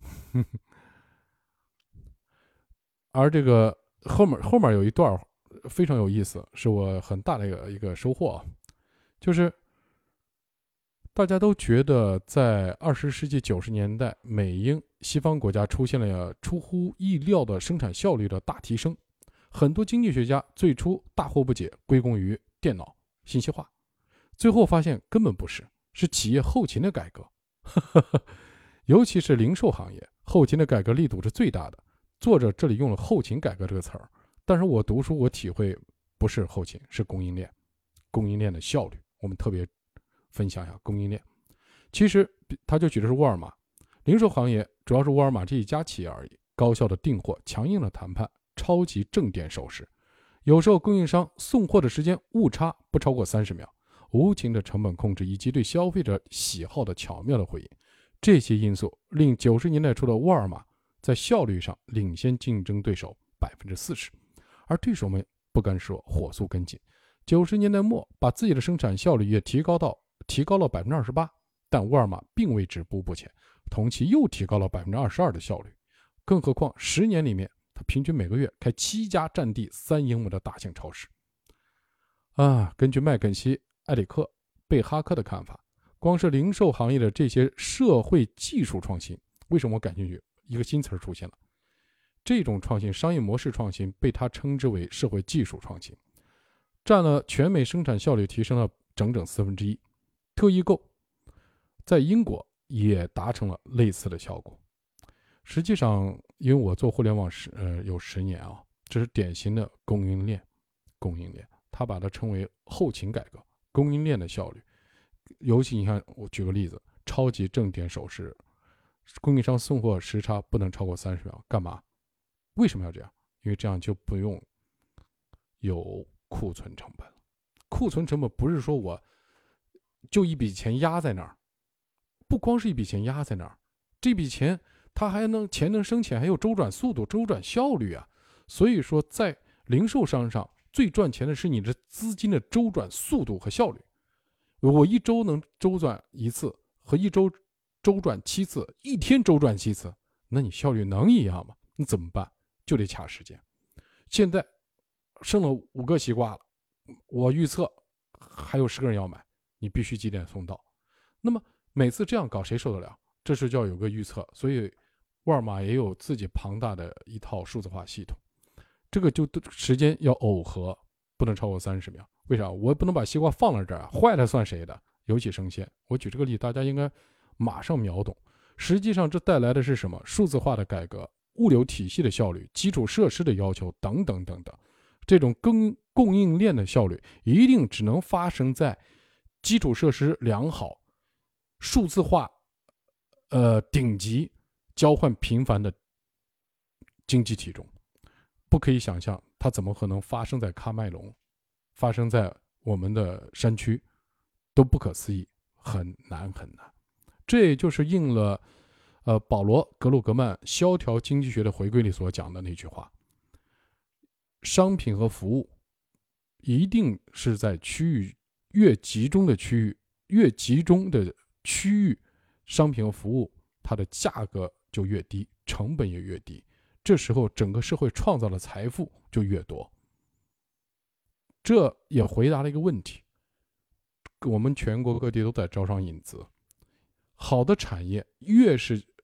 而这个后面后面有一段非常有意思，是我很大的一个一个收获啊，就是大家都觉得在二十世纪九十年代，美英西方国家出现了出乎意料的生产效率的大提升，很多经济学家最初大惑不解，归功于电脑、信息化，最后发现根本不是，是企业后勤的改革。尤其是零售行业，后勤的改革力度是最大的。作者这里用了后勤改革这个词儿，但是我读书我体会不是后勤，是供应链，供应链的效率。我们特别分享一下供应链。其实他就举的是沃尔玛，零售行业主要是沃尔玛这一家企业而已，高效的订货，强硬的谈判，超级正点守时，有时候供应商送货的时间误差不超过三十秒，无情的成本控制以及对消费者喜好的巧妙的回应，这些因素令九十年代初的沃尔玛在效率上领先竞争对手 百分之四十， 而对手们不甘示弱，火速跟进。九十年代末把自己的生产效率也提高到提高了 百分之二十八， 但沃尔玛并未止步不前，同期又提高了 百分之二十二 的效率。更何况十年里面他平均每个月开七家占地三英亩的大型超市啊！根据麦肯锡、埃里克、贝哈克的看法，光是零售行业的这些社会技术创新，为什么我感兴趣？一个新词出现了，这种创新，商业模式创新，被他称之为社会技术创新，占了全美生产效率提升了整整四分之一。特异购在英国也达成了类似的效果。实际上，因为我做互联网十呃有十年啊，这是典型的供应链，供应链，他把它称为后勤改革，供应链的效率。尤其你看，我举个例子，超级正点守时，供应商送货时差不能超过三十秒，干嘛？为什么要这样？因为这样就不用有库存成本。库存成本不是说我就一笔钱压在那儿，不光是一笔钱压在那儿，这笔钱它还能钱能生钱，还有周转速度、周转效率啊。所以说，在零售商上最赚钱的是你的资金的周转速度和效率。我一周能周转一次和一周周转七次，一天周转七次，那你效率能一样吗？你怎么办？就得卡时间。现在剩了五个西瓜了，我预测还有十个人要买，你必须几点送到。那么每次这样搞，谁受得了？这是叫有个预测。所以沃尔玛也有自己庞大的一套数字化系统，这个就时间要耦合，不能超过三十秒。为啥？我不能把西瓜放在这儿啊，坏了算谁的？尤其生鲜。我举这个例，大家应该马上秒懂。实际上这带来的是什么？数字化的改革、物流体系的效率、基础设施的要求等等等等。这种供供应链的效率一定只能发生在基础设施良好、数字化呃顶级、交换频繁的经济体中。不可以想象它怎么可能发生在喀麦隆，发生在我们的山区，都不可思议，很难很难。这也就是应了呃保罗·格鲁格曼《萧条经济学的回归》里所讲的那句话：商品和服务一定是在区域越集中的区域，越集中的区域，商品和服务它的价格就越低，成本也越低，这时候整个社会创造的财富就越多。这也回答了一个问题，我们全国各地都在招商引资，好的产业越是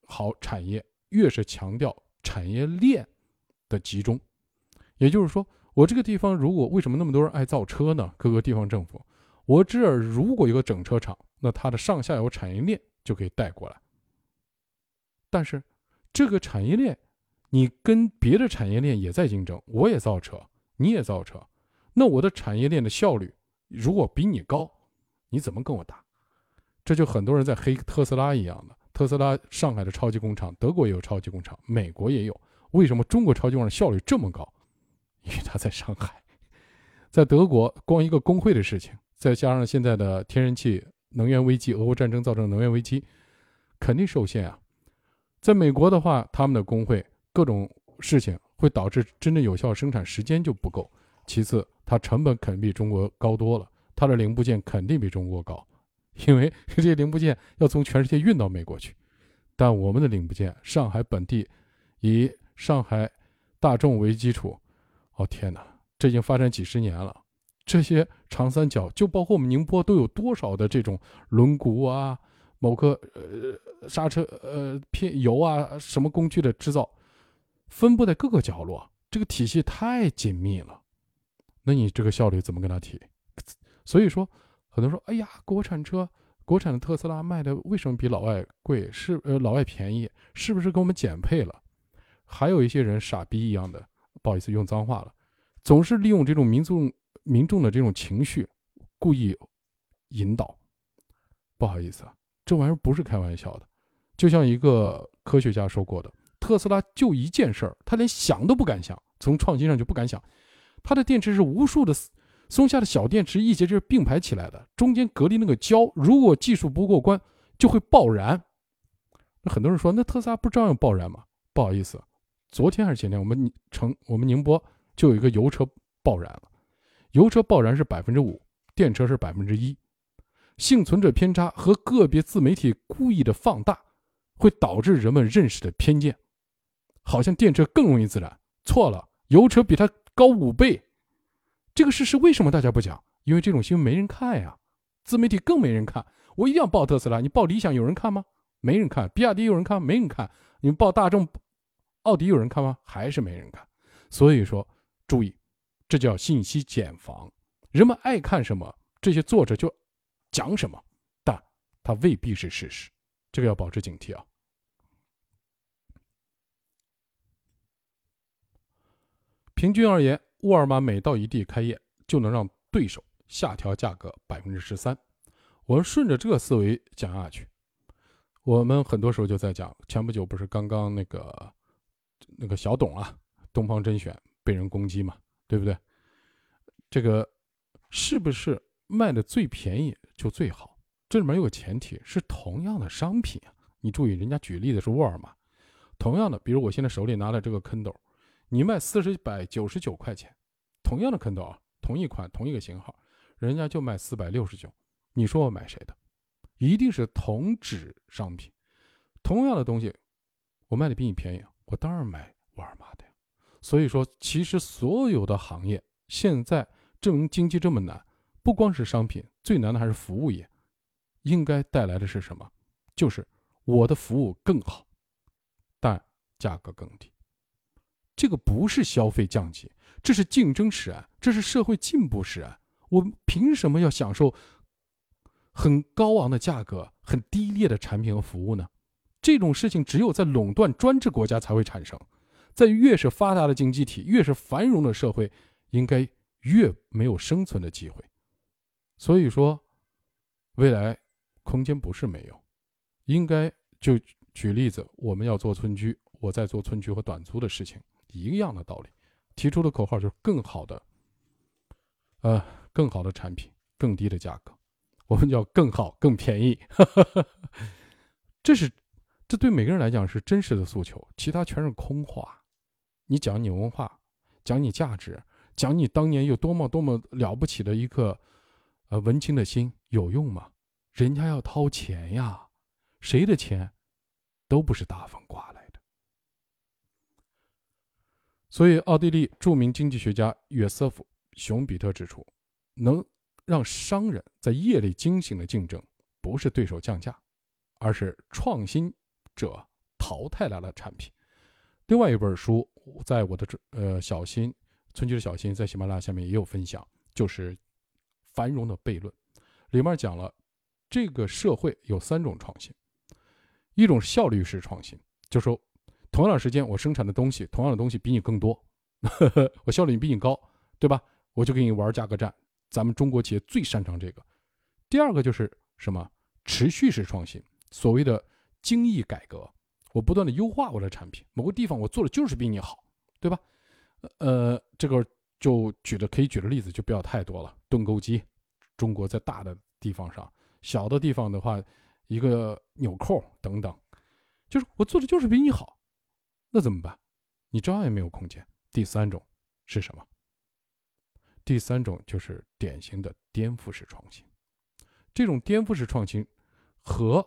好产业，越是强调产业链的集中。也就是说，我这个地方如果为什么那么多人爱造车呢？各个地方政府，我这儿如果有个整车厂，那它的上下游产业链就可以带过来。但是这个产业链，你跟别的产业链也在竞争，我也造车，你也造车，那我的产业链的效率如果比你高，你怎么跟我打？这就很多人在黑特斯拉一样的。特斯拉上海的超级工厂，德国也有超级工厂，美国也有。为什么中国超级工厂效率这么高？因为它在上海。在德国，光一个工会的事情，再加上现在的天然气能源危机，俄乌战争造成的能源危机，肯定受限啊。在美国的话，他们的工会各种事情会导致真正有效生产时间就不够。其次，它成本肯定比中国高多了，它的零部件肯定比中国高，因为这些零部件要从全世界运到美国去。但我们的零部件，上海本地以上海大众为基础，哦天哪，这已经发展几十年了。这些长三角，就包括我们宁波，都有多少的这种轮毂啊，某个呃刹车呃片油啊，什么工具的制造，分布在各个角落，这个体系太紧密了。那你这个效率怎么跟他提？所以说，很多人说，哎呀，国产车，国产的特斯拉卖的为什么比老外贵？是呃老外便宜？是不是给我们减配了？还有一些人傻逼一样的，不好意思用脏话了，总是利用这种民众民众的这种情绪，故意引导。不好意思啊，这玩意儿不是开玩笑的。就像一个科学家说过的，特斯拉就一件事儿，他连想都不敢想，从创新上就不敢想。它的电池是无数的松下的小电池一节节并排起来的，中间隔离那个胶，如果技术不过关，就会爆燃。那很多人说，那特斯拉不照样爆燃吗？不好意思，昨天还是前天，我们城我们宁波就有一个油车爆燃了。油车爆燃是百分之五，电车是百分之一。幸存者偏差和个别自媒体故意的放大，会导致人们认识的偏见，好像电车更容易自燃。错了，油车比它高五倍。这个事实为什么大家不讲？因为这种新闻没人看呀，自媒体更没人看。我一定要报特斯拉，你报理想有人看吗？没人看。比亚迪有人看吗？没人看。你报大众、奥迪有人看吗？还是没人看。所以说，注意，这叫信息茧房。人们爱看什么，这些作者就讲什么，但它未必是事实，这个要保持警惕啊。平均而言，沃尔玛每到一地开业，就能让对手下调价格百分之十三。我们顺着这个思维讲下去，我们很多时候就在讲，前不久不是刚刚那个那个小董啊，东方甄选被人攻击嘛，对不对？这个是不是卖的最便宜就最好？这里面有个前提，是同样的商品啊。你注意，人家举例的是沃尔玛，同样的，比如我现在手里拿的这个坑斗，你卖四十百九十九块钱，同样的坑斗啊，同一款同一个型号，人家就卖四百六十九，你说我买谁的？一定是同质商品，同样的东西，我卖的比你便宜，我当然买沃尔玛的呀。所以说，其实所有的行业现在证明经济这么难，不光是商品，最难的还是服务业。应该带来的是什么？就是我的服务更好，但价格更低。这个不是消费降级，这是竞争使然，这是社会进步使然。我凭什么要享受很高昂的价格、很低劣的产品和服务呢？这种事情只有在垄断专制国家才会产生。在越是发达的经济体、越是繁荣的社会，应该越没有生存的机会。所以说，未来空间不是没有，应该就举例子，我们要做村居，我在做村居和短租的事情，一样的道理。提出的口号就是更好的，呃，更好的产品，更低的价格，我们叫更好、更便宜。这是，这对每个人来讲是真实的诉求，其他全是空话。你讲你文化，讲你价值，讲你当年有多么多么了不起的一颗呃文青的心，有用吗？人家要掏钱呀，谁的钱都不是大风刮来的。所以奥地利著名经济学家约瑟夫·熊彼特指出，能让商人在业里惊醒的竞争，不是对手降价，而是创新者淘汰来了产品。另外一本书，在我的呃小新村居的小新在喜马拉雅下面也有分享，就是《繁荣的悖论》，里面讲了这个社会有三种创新，一种是效率式创新，就是说同样的时间我生产的东西，同样的东西比你更多，呵呵，我效率比你高，对吧？我就给你玩价格战，咱们中国企业最擅长这个。第二个就是什么？持续式创新，所谓的精益改革，我不断的优化我的产品，某个地方我做的就是比你好，对吧？呃，这个就举的可以举的例子就不要太多了，盾构机，中国在大的地方上，小的地方的话，一个纽扣等等，就是我做的就是比你好，那怎么办？你照样也没有空间。第三种是什么？第三种就是典型的颠覆式创新。这种颠覆式创新和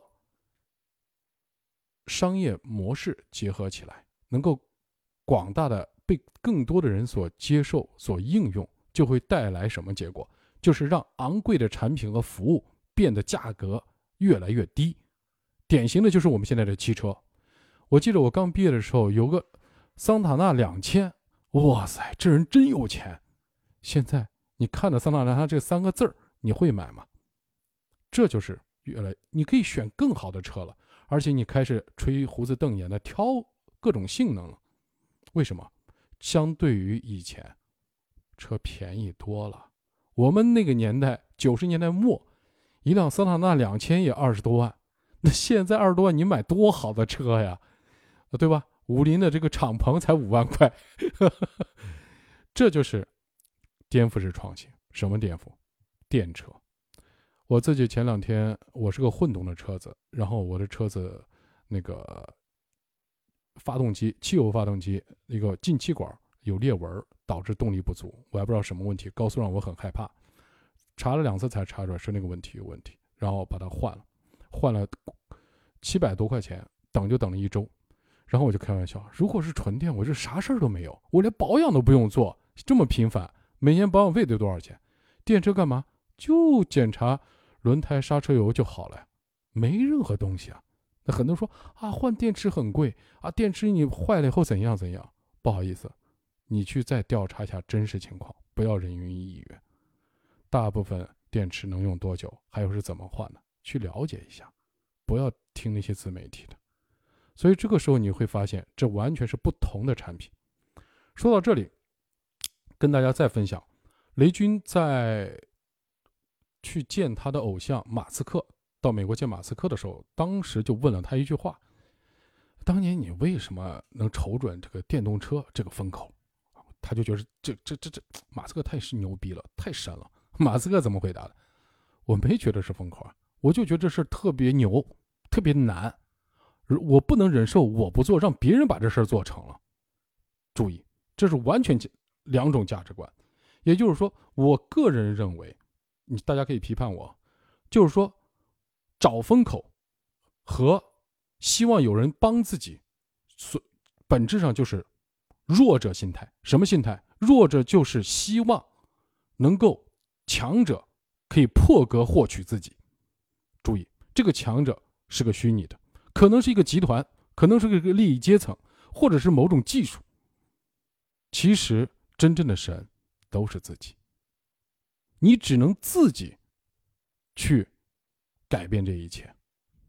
商业模式结合起来，能够广大的被更多的人所接受、所应用，就会带来什么结果？就是让昂贵的产品和服务变得价格越来越低。典型的就是我们现在的汽车。我记得我刚毕业的时候，有个桑塔纳两千，哇塞，这人真有钱。现在你看到桑塔纳这三个字儿，你会买吗？这就是越来，你可以选更好的车了，而且你开始吹胡子瞪眼的挑各种性能了。为什么？相对于以前，车便宜多了。我们那个年代，九十年代末，一辆桑塔纳两千也二十多万，那现在二十多万，你买多好的车呀，对吧？五菱的这个敞篷才五万块，这就是颠覆式创新。什么颠覆？电车。我自己前两天，我是个混动的车子，然后我的车子那个发动机，汽油发动机那个进气管有裂纹，导致动力不足，我还不知道什么问题，高速上我很害怕，查了两次才查出来是那个问题有问题，然后把它换了，换了七百多块钱，等就等了一周。然后我就开玩笑，如果是纯电，我这啥事儿都没有，我连保养都不用做，这么频繁，每年保养费得多少钱？电车干嘛？就检查轮胎、刹车油就好了呀，没任何东西啊。那很多人说啊，换电池很贵啊，电池你坏了以后怎样怎样？不好意思，你去再调查一下真实情况，不要人云亦云。大部分电池能用多久，还有是怎么换的，去了解一下，不要听那些自媒体的。所以这个时候你会发现，这完全是不同的产品。说到这里，跟大家再分享，雷军在去见他的偶像马斯克，到美国见马斯克的时候，当时就问了他一句话：当年你为什么能瞅准这个电动车这个风口？他就觉得这这这这马斯克太是牛逼了，太神了。马斯克怎么回答的？我没觉得是风口啊，我就觉得这事特别牛，特别难。我不能忍受我不做，让别人把这事做成了。注意，这是完全两种价值观。也就是说，我个人认为，你大家可以批判我，就是说，找风口和希望有人帮自己，本质上就是弱者心态。什么心态？弱者就是希望能够强者可以破格获取自己。注意，这个强者是个虚拟的。可能是一个集团，可能是一个利益阶层，或者是某种技术。其实真正的神都是自己，你只能自己去改变这一切。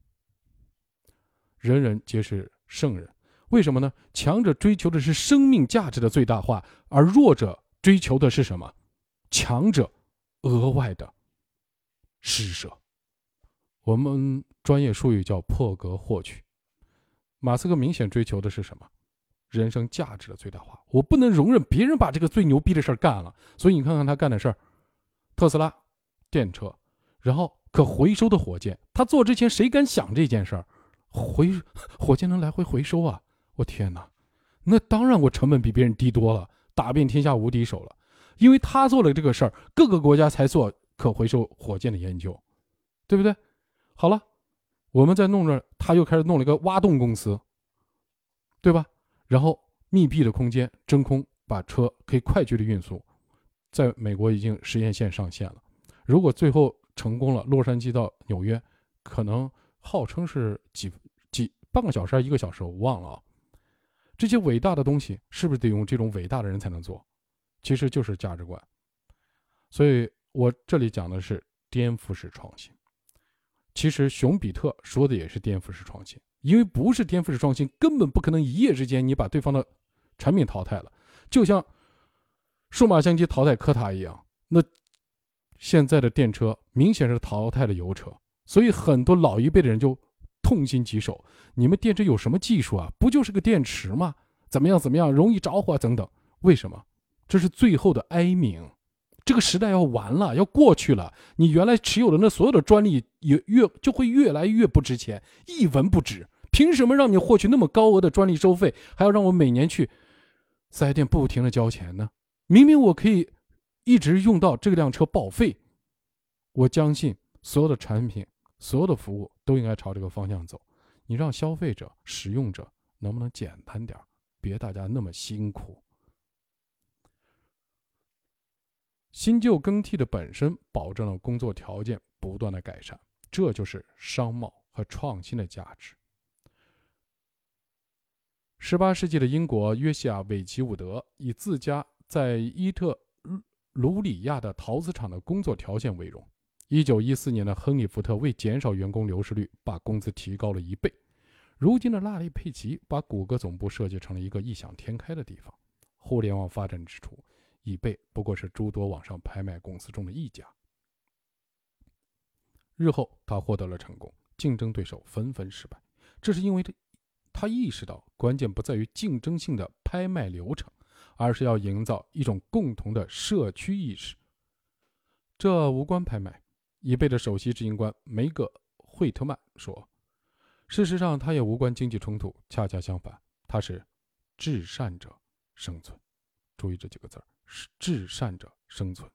人人皆是圣人，为什么呢？强者追求的是生命价值的最大化，而弱者追求的是什么？强者额外的施舍。我们专业术语叫破格获取。马斯克明显追求的是什么？人生价值的最大化。我不能容忍别人把这个最牛逼的事儿干了，所以你看看他干的事儿，特斯拉电车，然后可回收的火箭，他做之前谁敢想这件事儿？回火箭能来回回收啊！我天哪，那当然我成本比别人低多了，打遍天下无敌手了。因为他做了这个事儿，各个国家才做可回收火箭的研究，对不对？好了，我们再弄着，他又开始弄了一个挖洞公司，对吧？然后密闭的空间，真空把车可以快距离运输，在美国已经实验线上线了。如果最后成功了，洛杉矶到纽约，可能号称是几几半个小时还是一个小时，我忘了啊。这些伟大的东西是不是得用这种伟大的人才能做？其实就是价值观。所以我这里讲的是颠覆式创新。其实熊彼特说的也是颠覆式创新，因为不是颠覆式创新，根本不可能一夜之间你把对方的产品淘汰了，就像数码相机淘汰柯塔一样。那现在的电车明显是淘汰了油车，所以很多老一辈的人就痛心疾首，你们电车有什么技术啊？不就是个电池吗？怎么样怎么样，容易着火等等。为什么？这是最后的哀鸣。这个时代要完了，要过去了。你原来持有的那所有的专利也越就会越来越不值钱，一文不值。凭什么让你获取那么高额的专利收费，还要让我每年去四 S 店不停的交钱呢？明明我可以一直用到这辆车报废。我相信所有的产品、所有的服务都应该朝这个方向走。你让消费者、使用者能不能简单点，别大家那么辛苦。新旧更替的本身保证了工作条件不断的改善，这就是商贸和创新的价值。十八世纪的英国约西亚·韦奇伍德以自家在伊特鲁里亚的陶瓷厂的工作条件为荣。一九一四年的亨利·福特为减少员工流失率，把工资提高了一倍。如今的拉里·佩奇把谷歌总部设计成了一个异想天开的地方。互联网发展之初，以贝不过是诸多网上拍卖公司中的一家。日后他获得了成功，竞争对手纷纷失败，这是因为他意识到关键不在于竞争性的拍卖流程，而是要营造一种共同的社区意识。这无关拍卖。以贝的首席执行官梅格·惠特曼说，事实上他也无关经济冲突，恰恰相反，他是至善者生存。注意这几个字，是至善者生存。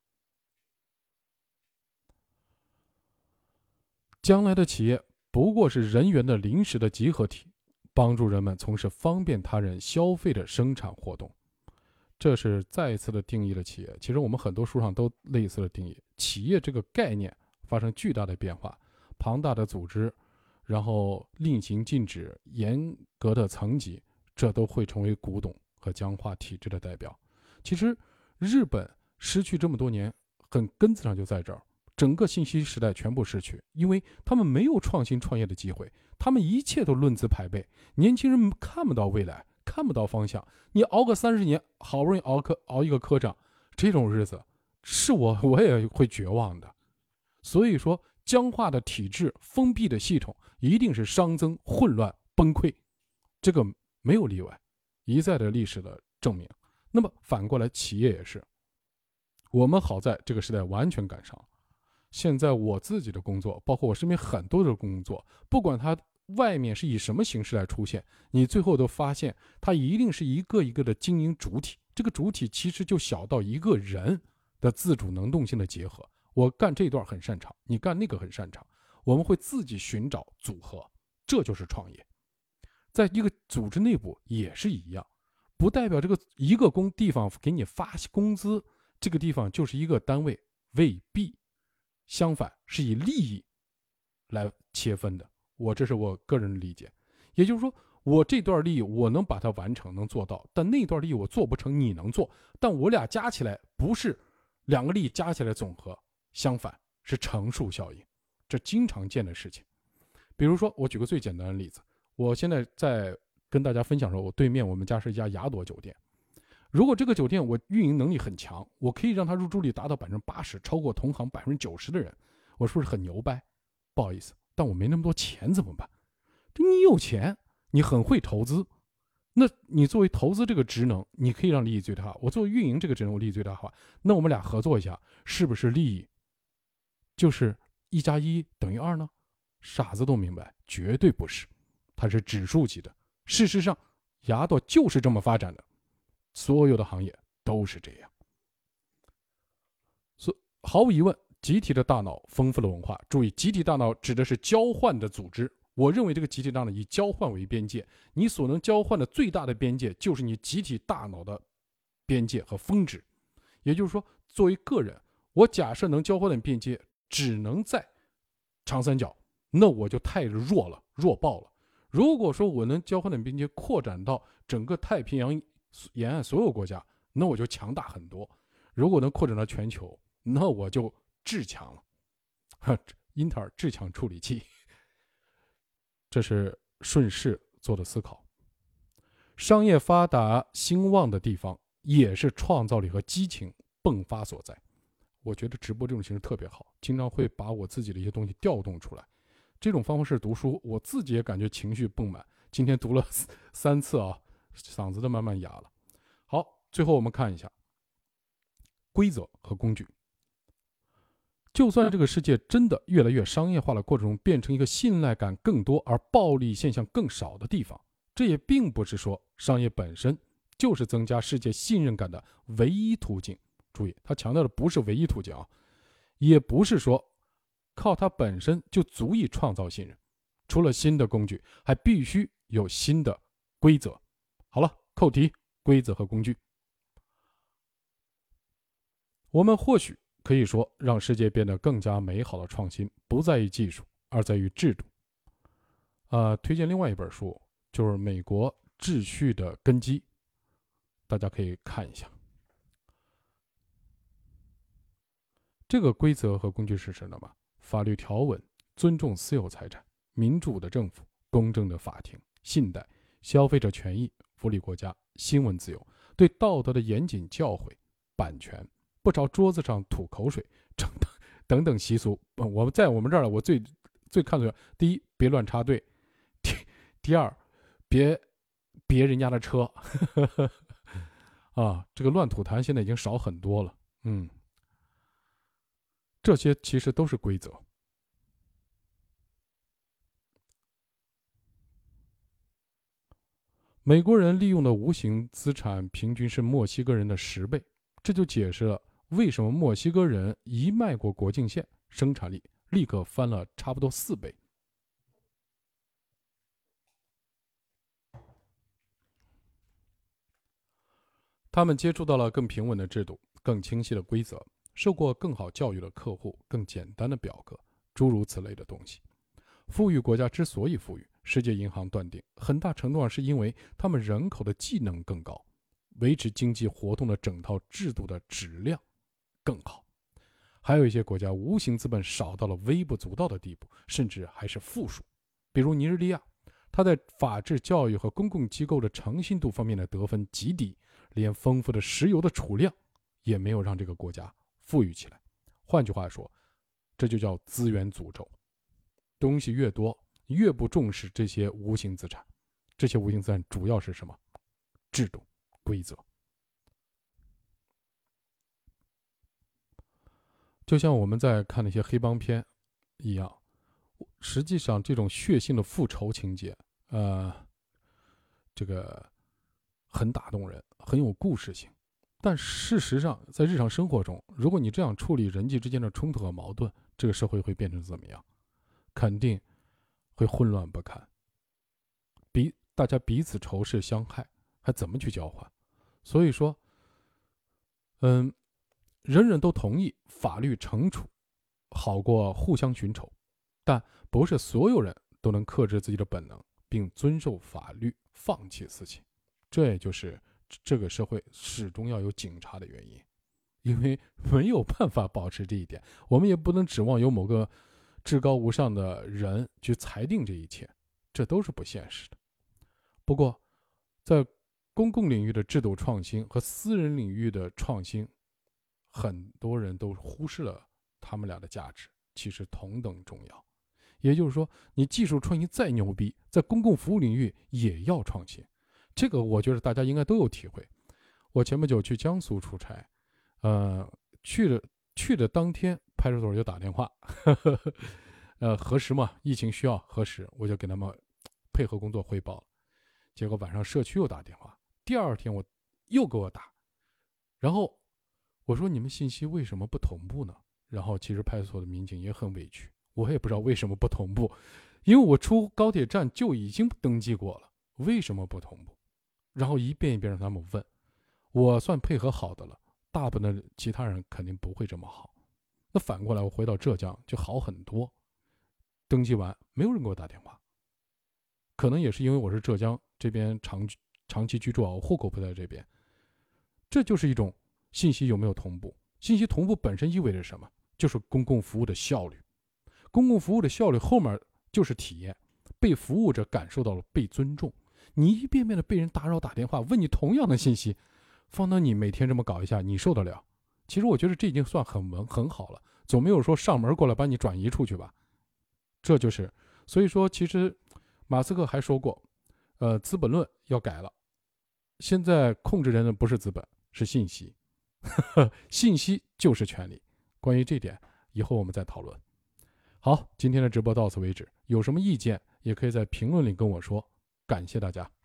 将来的企业不过是人员的临时的集合体，帮助人们从事方便他人消费的生产活动。这是再一次的定义了企业。其实我们很多书上都类似的定义，企业这个概念发生巨大的变化，庞大的组织，然后令行禁止，严格的层级，这都会成为古董和僵化体制的代表。其实日本失去这么多年，很根子上就在这儿，整个信息时代全部失去，因为他们没有创新创业的机会，他们一切都论资排辈，年轻人看不到未来，看不到方向。你熬个三十年，好不容易熬科熬一个科长，这种日子是我我也会绝望的。所以说，僵化的体制、封闭的系统，一定是熵增、混乱、崩溃，这个没有例外，一再的历史的证明。那么反过来，企业也是，我们好在这个时代完全赶上。现在我自己的工作，包括我身边很多的工作，不管它外面是以什么形式来出现，你最后都发现它一定是一个一个的经营主体，这个主体其实就小到一个人的自主能动性的结合。我干这段很擅长，你干那个很擅长，我们会自己寻找组合，这就是创业。在一个组织内部也是一样，不代表这个一个工地方给你发工资，这个地方就是一个单位，未必。相反，是以利益来切分的。我这是我个人的理解，也就是说，我这段利益我能把它完成，能做到，但那段利益我做不成，你能做，但我俩加起来不是两个利益加起来总和，相反是乘数效应，这经常见的事情。比如说，我举个最简单的例子，我现在在跟大家分享说，我对面我们家是一家雅朵酒店。如果这个酒店我运营能力很强，我可以让它入住率达到百分之八十，超过同行百分之九十的人，我是不是很牛掰？不好意思，但我没那么多钱怎么办？你有钱，你很会投资，那你作为投资这个职能，你可以让利益最大化。我作为运营这个职能，我利益最大化，那我们俩合作一下，是不是利益就是一加一等于二呢？傻子都明白，绝对不是，它是指数级的。事实上，雅朵就是这么发展的。所有的行业都是这样，所毫无疑问，集体的大脑丰富了文化。注意，集体大脑指的是交换的组织。我认为这个集体大脑以交换为边界，你所能交换的最大的边界就是你集体大脑的边界和峰值。也就是说，作为个人，我假设能交换的边界只能在长三角，那我就太弱了，弱爆了。 如果说我能交换的边界扩展到整个太平洋沿岸所有国家，那我就强大很多。如果能扩展到全球，那我就至强了。英特尔至强处理器，这是顺势做的思考。商业发达兴旺的地方，也是创造力和激情迸发所在。我觉得直播这种形式特别好，经常会把我自己的一些东西调动出来。这种方式读书，我自己也感觉情绪蹦满。今天读了三次啊，嗓子都慢慢哑了。好，最后我们看一下规则和工具。就算这个世界真的越来越商业化的过程中变成一个信赖感更多而暴力现象更少的地方，这也并不是说商业本身就是增加世界信任感的唯一途径。注意，他强调的不是唯一途径啊，也不是说靠它本身就足以创造信任。除了新的工具，还必须有新的规则。好了，扣题：规则和工具。我们或许可以说，让世界变得更加美好的创新不在于技术，而在于制度。呃，推荐另外一本书，就是《美国秩序的根基》，大家可以看一下。这个规则和工具是什么吗？法律条文、尊重私有财产、民主的政府、公正的法庭、信贷、消费者权益、福利国家、新闻自由、对道德的严谨教诲、版权、不朝桌子上吐口水等等等等习俗。我们在我们这儿，我最最看重要：第一，别乱插队；第第二，别别人家的车。啊，这个乱吐痰现在已经少很多了。嗯，这些其实都是规则。美国人利用的无形资产平均是墨西哥人的十倍，这就解释了为什么墨西哥人一迈过国境线，生产力立刻翻了差不多四倍。他们接触到了更平稳的制度、更清晰的规则，受过更好教育的客户、更简单的表格，诸如此类的东西。富裕国家之所以富裕，世界银行断定，很大程度上是因为他们人口的技能更高，维持经济活动的整套制度的质量更好。还有一些国家无形资本少到了微不足道的地步，甚至还是负数。比如尼日利亚，它在法治教育和公共机构的诚信度方面的得分极低，连丰富的石油的储量也没有让这个国家富裕起来。换句话说，这就叫资源诅咒。东西越多，越不重视这些无形资产。这些无形资产主要是什么？制度、规则。就像我们在看那些黑帮片一样，实际上这种血腥的复仇情节，呃，这个很打动人，很有故事性。但事实上，在日常生活中，如果你这样处理人际之间的冲突和矛盾，这个社会会变成怎么样？肯定会混乱不堪，彼大家彼此仇视相害，还怎么去交换？所以说，嗯，人人都同意法律惩处好过互相寻仇，但不是所有人都能克制自己的本能，并遵守法律，放弃私情。这也就是这个社会始终要有警察的原因，因为没有办法保持这一点，我们也不能指望有某个至高无上的人去裁定这一切，这都是不现实的。不过，在公共领域的制度创新和私人领域的创新，很多人都忽视了他们俩的价值，其实同等重要。也就是说，你技术创新再牛逼，在公共服务领域也要创新。这个我觉得大家应该都有体会。我前不久去江苏出差，呃，去的去的当天，派出所就打电话，呵呵呵呃，核实嘛，疫情需要核实，我就给他们配合工作汇报了。结果晚上社区又打电话，第二天我又给我打，然后我说你们信息为什么不同步呢？然后其实派出所的民警也很委屈，我也不知道为什么不同步，因为我出高铁站就已经登记过了，为什么不同步？然后一遍一遍让他们问，我算配合好的了，大部分的其他人肯定不会这么好。那反过来我回到浙江就好很多，登记完没有人给我打电话， 可能也是因为我是浙江这边长长期居住啊，我户口不在这边。这就是一种信息有没有同步。信息同步本身意味着什么？就是公共服务的效率。公共服务的效率后面就是体验，被服务者感受到了被尊重。你一遍遍的被人打扰打电话问你同样的信息，放到你每天这么搞一下，你受得了？其实我觉得这已经算很稳很好了，总没有说上门过来把你转移出去吧。这就是，所以说其实马斯克还说过，呃，资本论要改了，现在控制人的不是资本，是信息，信息就是权利。关于这点，以后我们再讨论。好，今天的直播到此为止，有什么意见也可以在评论里跟我说，感谢大家。